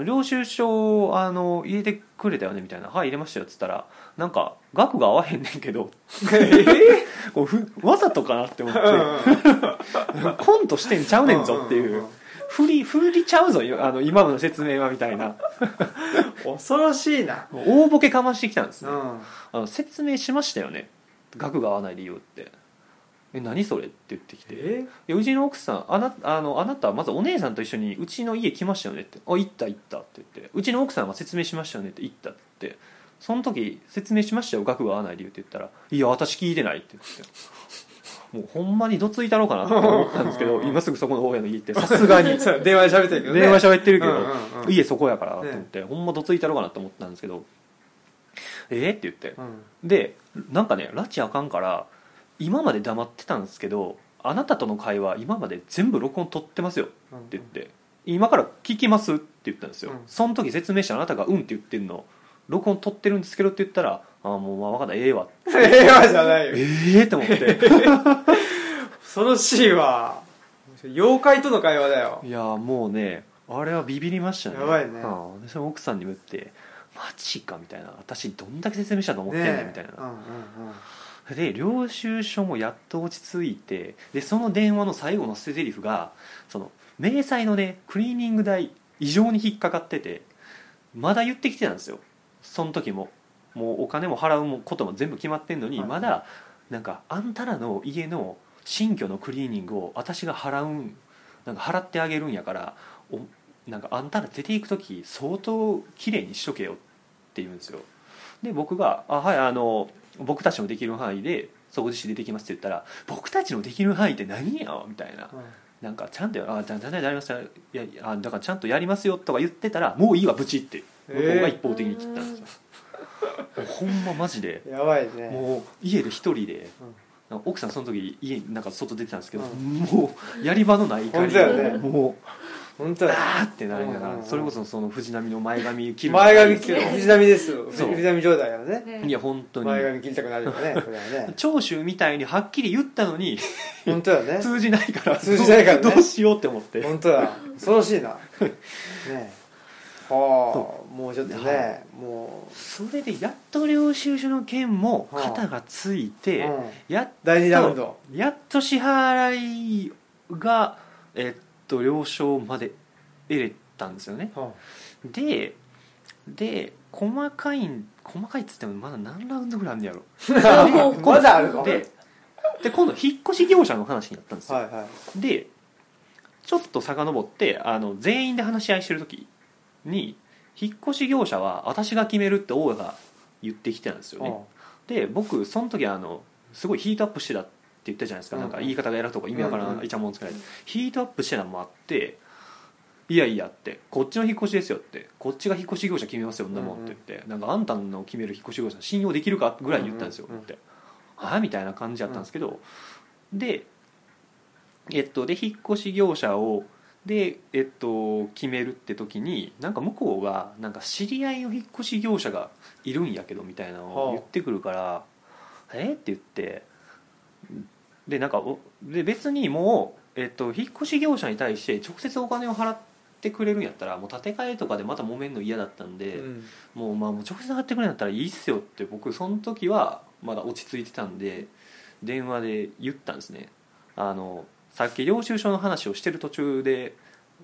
領収書を入れてくれたよねみたいな「はい入れましたよ」っつったら、なんか額が合わへんねんけどわざとかなって思ってコントしてんちゃうねんぞっていう、振りちゃうぞ今の説明はみたいな恐ろしいな。 大ボケかましてきたんですね。説明しましたよね、額が合わない理由って。何それって言ってきて、うちの奥さんあなたはまずお姉さんと一緒にうちの家来ましたよねって、行ったって言って、うちの奥さんは説明しましたよねって言ったって、その時説明しましたよ額が合わない理由って言ったら、いや私聞いてないって言ってもうほんまにどついたろうかなって思ったんですけど今すぐそこの大家の家行って、さすがに電話で喋ってるけどね、 電話喋ってるけど、家そこやからと思って、ほんまどついたろうかなと思ったんですけど、って言って、でなんかね拉致あかんから今まで黙ってたんですけど、あなたとの会話今まで全部録音取ってますよって言って、今から聞きますって言ったんですよ。その時説明してあなたがうんって言ってんの録音取ってるんですけどって言ったら、もう分かった、ええわええわじゃないよ。 って思って恐ろしいわ。妖怪との会話だよ。 いやもうねあれはビビりましたね。 やばいね。 でその奥さんにも言ってマジかみたいな、私どんだけ説明したと思ってんねんみたいな、で領収書もやっと落ち着いて、でその電話の最後の捨て台詞がその明細のねクリーニング代異常に引っかかってて、まだ言ってきてたんですよ。その時ももうお金も払うことも全部決まってんのに、まだなんかあんたらの家の新居のクリーニングを私がなんか払ってあげるんやから、なんかあんたら出ていく時相当綺麗にしとけよって言うんですよ。で僕がはい僕たちのできる範囲で掃除して出てきますって言ったら、僕たちのできる範囲って何やみたいな、なんかちゃんとちゃんとやりますよ、いやだからちゃんとやりますよとか言ってたら、もういいわブチって向こうが一方的に切ったんですよ。ほんまマジでやばいね。 もう家で一人で、奥さんその時家なんか外出てたんですけど、もうやり場のない怒りで、もう本当だーってなりながら、それこそその藤波の前髪切る前髪切る藤波ですよ。藤波状態やね。 いや本当に前髪切りたくなるよね。それはね。 長州みたいにはっきり言ったのに本当だね。 通じないからね。 どうしようって思って。 本当だ。恐ろしいな。ね。はあ、もうちょっとね、もうそれでやっと領収書の件も肩がついて、 第2ラウンドやっと支払いが了承まで得れたんですよね。で細かいっつってもまだ何ラウンドぐらいあるんやろまだあるので今度引っ越し業者の話になったんですよ。でちょっと遡って全員で話し合いしてる時に、引っ越し業者は私が決めるって大家が言ってきてたんですよね。で僕その時すごいヒートアップしてたって言ったじゃないですか。なんか言い方がやらとか意味わからんイチャモンつけられて、ヒートアップしてたのもあって、 いやいやってこっちの引っ越しですよってこっちが引っ越し業者決めますよんなもんって言って、なんかあんたの決める引っ越し業者信用できるかぐらい言ったんですよってはあみたいな感じだったんですけど、でで引っ越し業者をで決めるって時になんか向こうがなんか知り合いの引っ越し業者がいるんやけどみたいなのを言ってくるからって言ってでなんかで別にもう引っ越し業者に対して直接お金を払ってくれるんやったらもう建て替えとかでまた揉めんの嫌だったんで、もう直接払ってくれるんやったらいいっすよって僕その時はまだ落ち着いてたんで電話で言ったんですね。さっき領収書の話をしてる途中で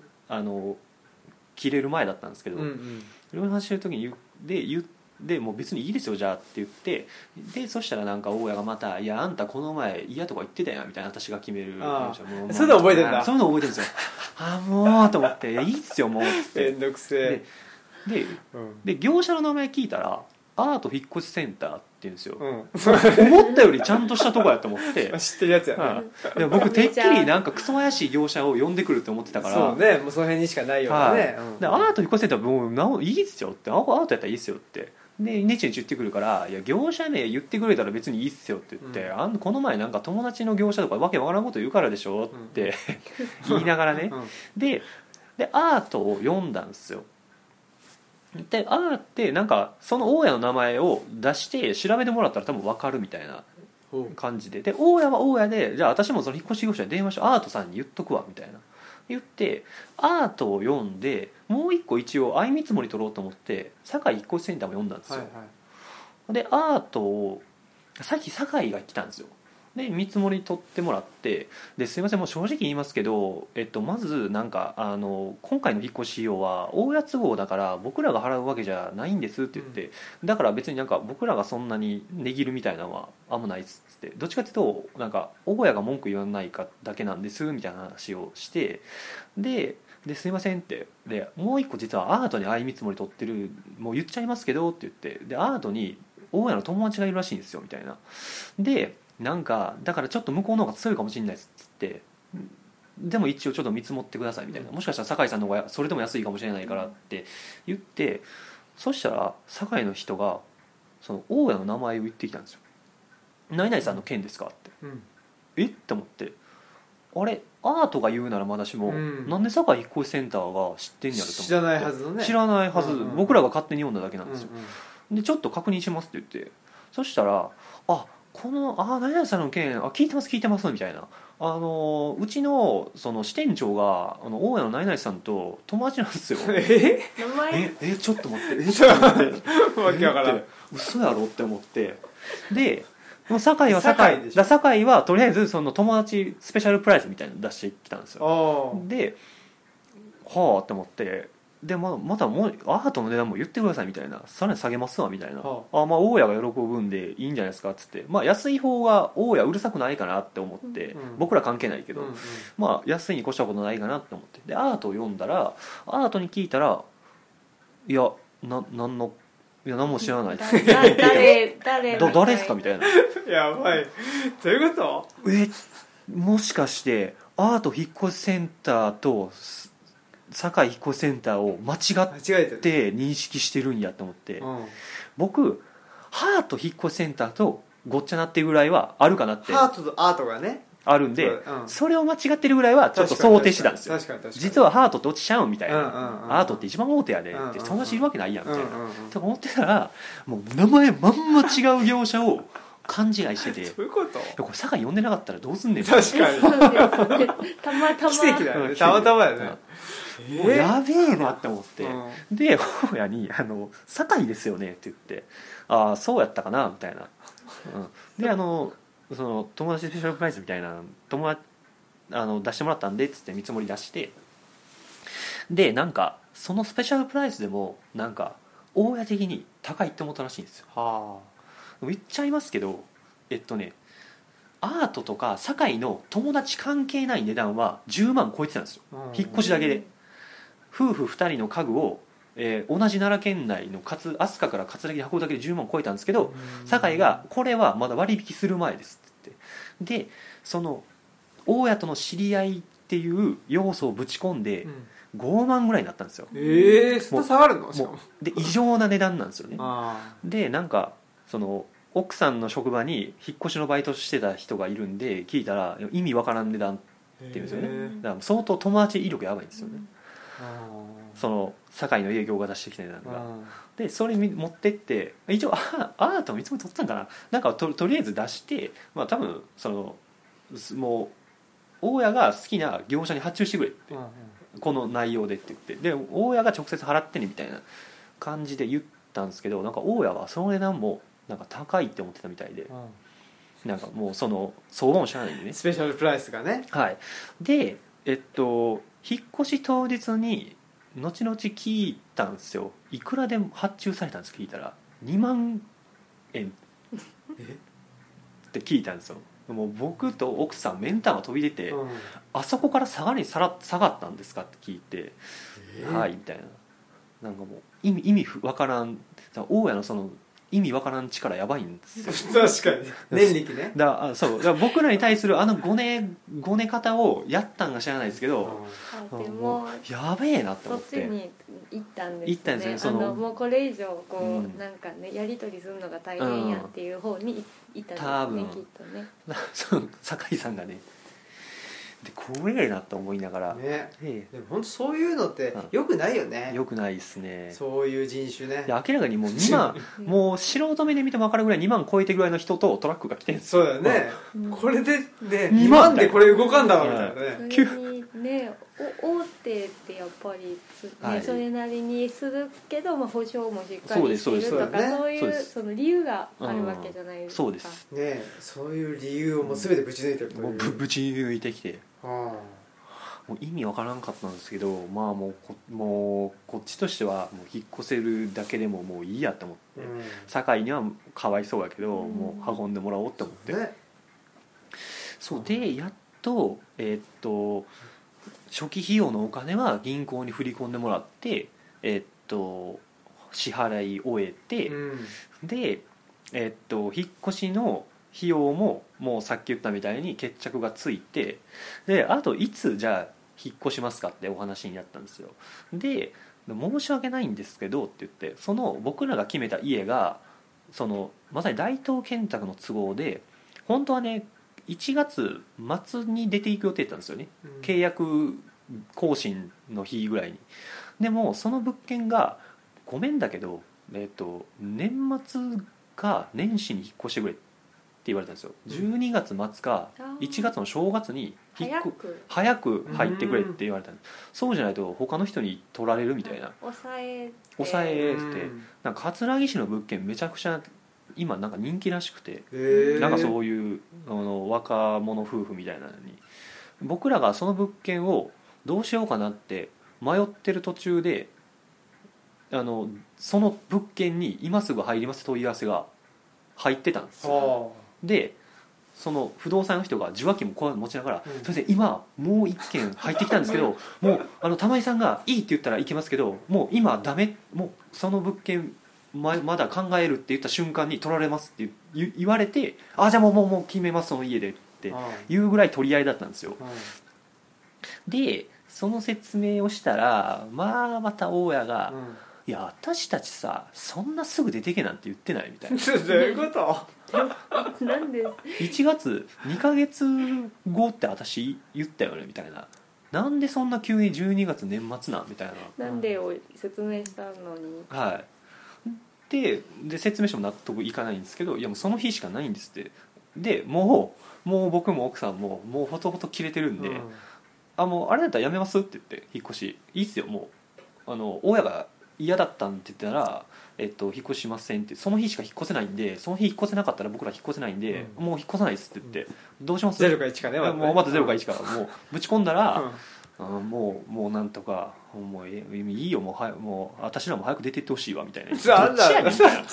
切れる前だったんですけど、領収書の話してる時に言ってもう別にいいですよじゃあって言ってでそしたらなんか大家がまた「いやあんたこの前嫌とか言ってたやん」みたいな私が決めるそういうの覚えてんだ。 そういうの覚えてるんですよもうと思って「いやいいっすよもう」っつってめんどくせえで業者の名前聞いたらアート引っ越しセンターって言うんですよ、思ったよりちゃんとしたとこやと思って知ってるやつやね、 で僕てっきりなんかクソ怪しい業者を呼んでくるって思ってたからそうねもうその辺にしかないようなね、 でアート引っ越しセンターもういいっすよってアートやったらいいっすよってでネチネチ言ってくるから「いや業者名言ってくれたら別にいいっすよ」って言って「この前なんか友達の業者とかわけわからんこと言うからでしょ」って言いながらね、でアートを読んだんですよ。でってなんかその大家の名前を出して調べてもらったら多分分かるみたいな感じで大家は大家でじゃあ私もその引っ越し業者に電話してアートさんに言っとくわみたいな言ってアートを読んでもう一個一応相見積もり取ろうと思って堺引っ越しセンターも読んだんですよ、でアートをさっき堺が来たんですよ。で見積もり取ってもらってですいませんもう正直言いますけど、まずなんか今回の引っ越し費用は大家都合だから僕らが払うわけじゃないんですって言って、だから別になんか僕らがそんなに値切るみたいなのはあんまないっつってどっちかっていうとなんか大家が文句言わないかだけなんですみたいな話をしてですいませんってでもう一個実はアートに相見積もり取ってるもう言っちゃいますけどって言ってでアートに大家の友達がいるらしいんですよみたいなでなんかだからちょっと向こうの方が強いかもしれないっつってでも一応ちょっと見積もってくださいみたいなもしかしたら酒井さんの方がそれでも安いかもしれないからって言ってそしたら酒井の人がその大家の名前を言ってきたんですよ。何々さんの件ですかって、えって思ってあれアートが言うならまだしも、なんで堺引っ越しセンターが知ってんやろと思って知らないはずのね知らないはず、僕らが勝手に読んだだけなんですよ、でちょっと確認しますって言ってそしたらこの何々さんの件聞いてますみたいなうちのその支店長が大家の何々さんと友達なんですよ名前ちょっと待ってわけわからん嘘やろって思ってで酒井はとりあえずその友達スペシャルプライズみたいなの出してきたんですよ。ではあって思ってでまたもうアートの値段も言ってくださいみたいなさらに下げますわみたいな、大家が喜ぶんでいいんじゃないですかっつって、安い方が大家うるさくないかなって思って、僕ら関係ないけど、安いに越したことないかなって思ってでアートを読んだらアートに聞いたらいや何も知らない誰ですかみたいなやばいどういうこともしかしてアート引っ越しセンターと堺引っ越しセンターを間違って認識してるんやと思って、僕ハート引っ越しセンターとごっちゃなってるぐらいはあるかなってハートとアートがねあるんで、それを間違ってるぐらいはちょっと想定してたんですよ。実はハートって落ちちゃうみたいな、アートって一番大手やでって友達いるわけないやんみたいな、とか思ってたらもう名前まんま違う業者を勘違いしててそういうことこれ酒井呼んでなかったらどうすんねん確かにたまたま奇跡だよねたまたまやねやべえなって思って、で大家に「酒井ですよね」って言って「ああそうやったかな」みたいな、でその友達スペシャルプライズみたいな出してもらったんでっつって見積もり出してでなんかそのスペシャルプライズでもなんか大家的に高いって思ったらしいんですよ。言っちゃいますけどアートとか堺の友達関係ない値段は10万超えてたんですよ、引っ越しだけで。夫婦2人の家具を、同じ奈良県内の飛鳥から葛城で運ぶだけで10万超えたんですけど堺がこれはまだ割引する前ですって言ってでその大家との知り合いってっていう要素をぶち込んで5万ぐらいになったんですよ。 そんな下がるの？ もうで異常な値段なんですよね。でなんかその奥さんの職場に引っ越しのバイトしてた人がいるんで聞いたら意味わからん値段って言うんですよね。だから相当友達威力やばいんですよね。その堺の営業が出してきた値段が。でそれ持ってって一応アートもいつも取ったんかな、なんか とりあえず出して、まあ多分そのもう大家が好きな業者に発注してくれって、この内容でって言って、で大家が直接払ってねみたいな感じで言ったんですけど、なんか大家はその値段もなんか高いって思ってたみたいで、なんかもうその相場も知らないんでね、 スペシャルプライスがね。 はい。で引っ越し当日に後々聞いたんですよ。いくらで発注されたんですか聞いたら2万円って聞いたんですよ。もう僕と奥さんメンターが飛び出て、あそこから下がったんですかって聞いて、はいみたいな、なんかもう意味わからん、大家のその意味わからん力やばいんですよ。 確かに念力ね。 だから僕らに対するごね方をやったんか知らないですけど、 でもやべえなって思ってそっちに行ったんですね。 行ったんですよ。 もうこれ以上こう、なんかねやり取りするのが大変やっていう方に行ったんですね、きっとね。 その酒井さんがね、で怖えなと思いながら、 ね、でも本当そういうのってよくないよね。 よくないですね。 そういう人種ね。 明らかにもう2万もう素人目で見ても分かるぐらい2万超えてぐらいの人とトラックが来てるんですよ。 そうだよね、これでね2万でこれ動かんだわみたいなね。 それにね大手ってやっぱり、ね、それなりにするけど、まあ、保証もしっかりしてるとか、そういうその理由があるわけじゃないですか。 そうですね、そういう理由をもう全てぶち抜いてるという、 もうぶち抜いてきて、もう意味わからんかったんですけど、まあもうこっちとしてはもう引っ越せるだけでももういいやと思って、堺にはかわいそうやけど、もう運んでもらおうと思って、そうでやっと初期費用のお金は銀行に振り込んでもらって、支払い終えて、で引っ越しの費用ももうさっき言ったみたいに決着がついて、であといつじゃあ引っ越しますかってお話になったんですよ。で申し訳ないんですけどって言って、その僕らが決めた家がそのまさに大東建託の都合で本当はね1月末に出ていく予定だったんですよね、契約更新の日ぐらいに。でもその物件がごめんだけど、年末か年始に引っ越してくれって言われたんですよ。12月末か1月の正月に早く入ってくれって言われたんです。そうじゃないと他の人に取られるみたいな、抑えて、なんか葛城市の物件めちゃくちゃ今なんか人気らしくて、なんかそういう若者夫婦みたいなのに、僕らがその物件をどうしようかなって迷ってる途中でその物件に今すぐ入ります問い合わせが入ってたんですよ。でその不動産の人が受話器もこう持ちながら、それで今もう一件入ってきたんですけどもう玉井さんがいいって言ったらいけますけど、もう今ダメ、もうその物件まだ考えるって言った瞬間に取られますって言われて、あじゃあもう決めますその家でっていうぐらい取り合いだったんですよ。でその説明をしたらまた大家が、いや私たちさそんなすぐ出てけなんて言ってないみたいな。 どういうことなんで 1月2ヶ月後って私言ったよねみたいな、なんでそんな急に12月年末なんみたいな、 なんでを説明したのに、 はいで説明しても納得いかないんですけど、いやもうその日しかないんですって。でもう僕も奥さんももうほとほと切れてるんで、もうあれだったらやめますって言って、引っ越しいいっすよ、もう親が嫌だったんって言ったら、引っ越しませんって、その日しか引っ越せないんで、その日引っ越せなかったら僕ら引っ越せないんで、もう引っ越さないですって言って、どうします 0か1かね、 もうまた0か1からもうぶち込んだら、もうなんとかもういいよ、もう私らも早く出てってほしいわみたいな、どっちやねんみたいな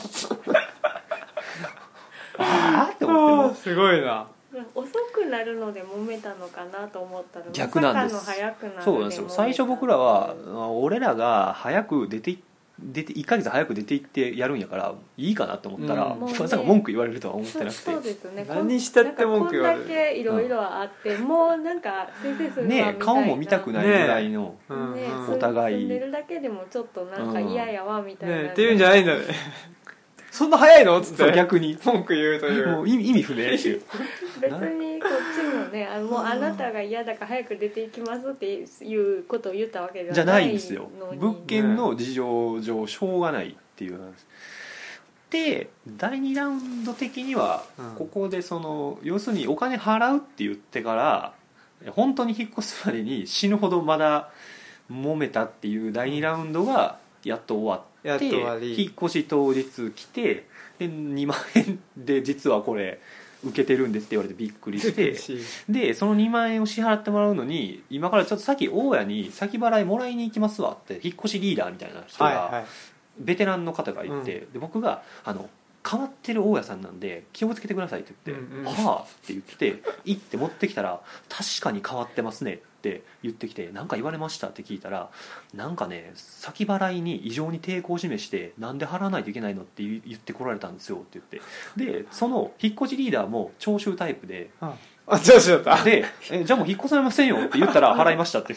あーって思って、 すごいな。 遅くなるので揉めたのかなと思ったら逆なんです。 まさかの早くなるでそうなんですよ。最初僕らは俺らが早く出て出て1ヶ月早く出て行ってやるんやからいいかなと思ったら、 もうねまさか文句言われるとは思ってなくて。 そうですね、 何したって文句言われる。 こんだけいろいろあって、もうなんか先生するのはみたいな、 ね、顔も見たくないぐらいの、 ね、 お互い住んでるだけでもちょっとなんか嫌やわみたいな、 ね、っていうんじゃないんだねそんな早いのっつって逆に文句言うというもう意味不明っていう別にこっちもねもうあなたが嫌だから早く出ていきますっていうことを言ったわけじゃではなのにないいんですよ。物件の事情上しょうがないっていう話で、第2ラウンド的にはここでその要するにお金払うって言ってから本当に引っ越すまでに死ぬほどまだ揉めたっていう第2ラウンドがやっと終わって、引っ越し当日来てで2万円で実はこれ受けてるんですって言われてびっくりしてでその2万円を支払ってもらうのに今からちょっと先大家に先払いもらいに行きますわって引っ越しリーダーみたいな人がベテランの方がいて、で僕が変わってる大家さんなんで気をつけてくださいって言って「はあ」って言って行って持ってきたら「確かに変わってますね」って言ってきて「何か言われました?」って聞いたら「なんかね先払いに異常に抵抗を示してなんで払わないといけないのって言ってこられたんですよ」って言ってでその引っ越しリーダーも徴収タイプで。 調子だったでじゃあもう引っ越されませんよって言ったら払いましたって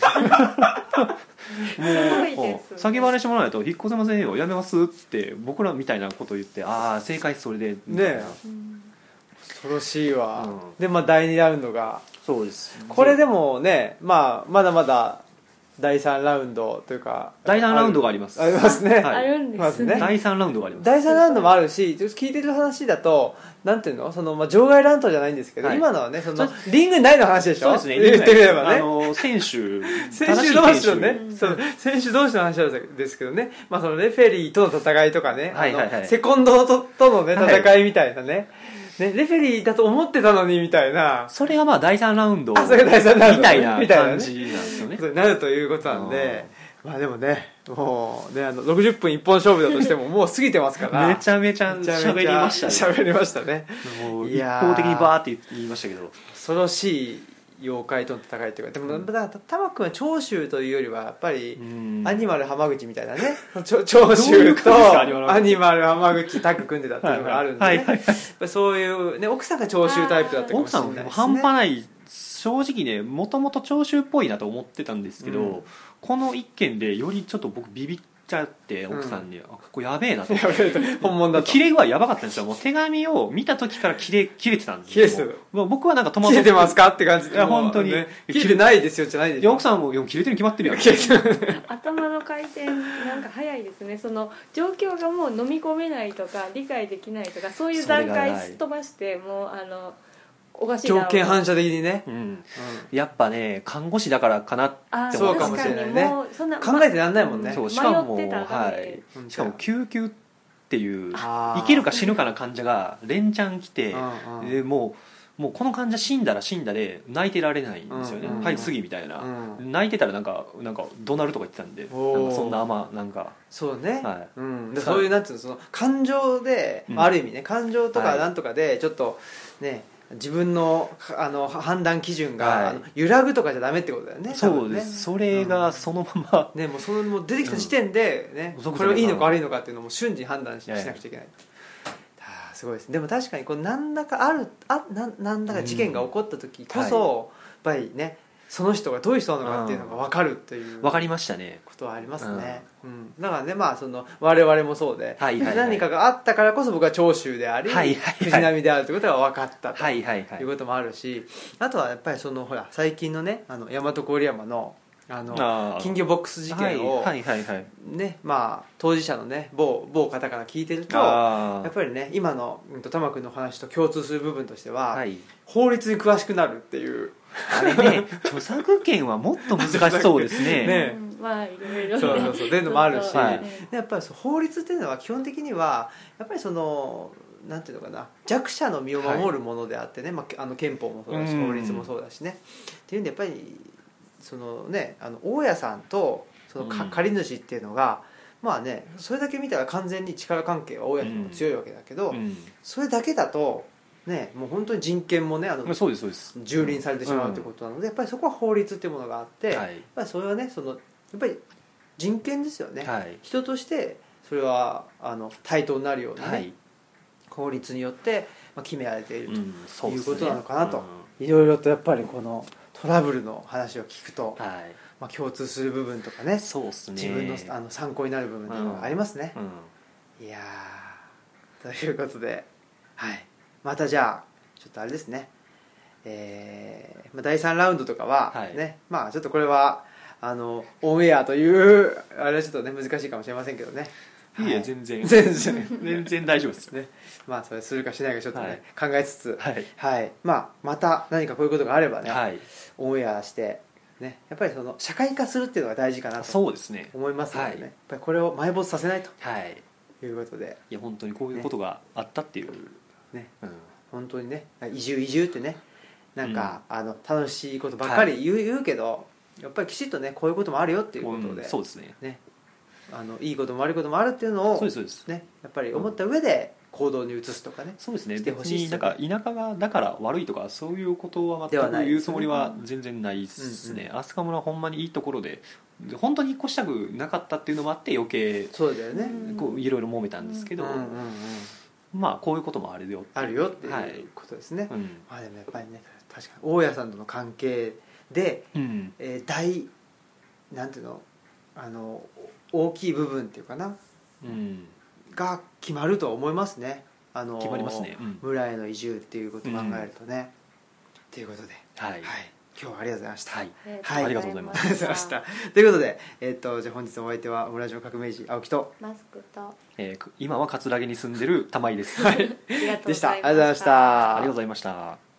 もう先払いしてもらわないと引っ越せませんよやめますって僕らみたいなことを言ってああ正解それでみたいな、 ね恐ろしいわ、でまあ第2ラウンドがそうですこれでもね、まあ、まだまだ第3ラウンドというか第3ラウンドがありますありますね、 あるんですね、 第3ラウンドがあります。 第3ラウンドもあるし聞いてる話だとなんていうのその、場外乱闘じゃないんですけど、今のはねそのリング内の話でしょ。 そうですね、 言ってみればね選手同士のね、そう選手同士の話なんですけどね、まあ、そのレフェリーとの戦いとかね、セコンドとの、ね、戦いみたいなね、ね、レフェリーだと思ってたのにみたいな、 それがまあ第3ラウンドみそれが第3ラウンドたいな感じなんですよね。 なるということなんで、まあでもね、もうね60分一本勝負だとしてももう過ぎてますからめちゃめちゃ喋りましたね。 喋りましたね。 もう一方的にバーって言いましたけど、 恐ろしい妖怪との戦いというか、でもだから玉君は長州というよりはやっぱりアニマル浜口みたいなね、長州とアニマル浜口タッグ組んでたっていうのがあるんでね、そういうね奥さんが長州タイプだったかもしれないですね。 奥さん半端ない。正直ねもともと長州っぽいなと思ってたんですけど、この一件でよりちょっと僕ビビっちゃって奥さんに、ここやべえなと本物だと切れ具合やばかったんですよ。もう手紙を見た時から切れてたんですよ。僕はなんか戸惑って切れてますかって感じで、 いや本当に、 切れないですよじゃないでしょ。 奥さんも切れてるに決まってるやん頭の回転なんか早いですね。その状況がもう飲み込めないとか理解できないとかそういう段階すっ飛ばしてもうおかしい条件反射的にね、 やっぱね看護師だからかなって思うかもしれないね。考えてなんないもんね。 そうしかもしかも救急っていう生きるか死ぬかな患者が連チャン来て、もうこの患者死んだら死んだで泣いてられないんですよね。はい次みたいな、泣いてたらなんか怒鳴るとか言ってたんで、なんかそんななんかそうね、そういうなんていうのその感情で、ある意味ね感情とかなんとかでちょっとね自分の判断基準が揺らぐとかじゃダメってことだよね。 そうです。それがそのままねもうもう出てきた時点でね、これはいいのか悪いのかっていうのも瞬時に判断しなくちゃいけない。すごいです。でも確かにこうなんだかなんだか事件が起こった時こそ、やっぱりねその人がどういう人なのかっていうのが分かるっていう分かりましたねことはありますね。だからねまあその我々もそうで、何かがあったからこそ僕は長州であり、藤波であるということが分かったということもあるし、あとはやっぱりそのほら最近のね大和郡山の金魚ボックス事件をねまあ当事者のね某方から聞いてるとやっぱりね今の玉君の話と共通する部分としては、法律に詳しくなるっていう。 あれね著作権はもっと難しそうですね。 まあいろいろそうっていうのもあるし、やっぱり法律っていうのは基本的にはやっぱりそのなんていうのかな弱者の身を守るものであってね、憲法もそうだし法律もそうだしねっていうんでやっぱりそのね大家さんとその借り主っていうのが、まあねそれだけ見たら完全に力関係は大家の方が強いわけだけど、それだけだとね、もう本当に人権もねそうです蹂躙されてしまうということなので、やっぱりそこは法律っていうものがあって、やっぱりそれはねやっぱり人権ですよね、人としてそれは対等になるような、ね、 はい、 法律によって決められているということなのかなと、 いろいろとやっぱりこのトラブルの話を聞くと、 はい、 共通する部分とかね、 そうっすね、 自分の参考になる部分とかがありますね、いやということで、はい、またじゃあちょっとあれですね、第3ラウンドとかはね、はい、ちょっとこれはオンエアというあれはちょっとね難しいかもしれませんけどね。 いや、全然大丈夫ですね。それするかしないかちょっとね、考えつつ、 はい、 また何かこういうことがあればね、 はい、 オンエアしてね、やっぱりその社会化するっていうのが大事かなと思いますのでね、やっぱりこれを埋没させないということで、 いや本当にこういうことがあったっていうね、本当にね、移住ってね、なんか、楽しいことばっかり言うけど、やっぱりきちっとねこういうこともあるよっていうことで、 そうですね、 いいことも悪いこともあるっていうのをそうですね、やっぱり思った上で行動に移すとかね、 そうですね、別になんか田舎がだから悪いとかそういうことは全く言うつもりは全然ないですね。飛鳥村はほんまにいいところで本当に越したくなかったっていうのもあって余計そうだよね、 こういろいろ揉めたんですけど、こういうこともあるよっていうことですね、でもやっぱりね、確かに大家さんとの関係で、なんていうの、大きい部分っていうかな、が決まると思いますね。 決まりますね、 村への移住っていうことを考えるとね、ということで、今日はありがとうございました。 ありがとうございました。ということで、じゃあ本日のお相手は村上革命児青木とマスクと、 今は葛城に住んでる玉井です。 でした。ありがとうございました。 ありがとうございました。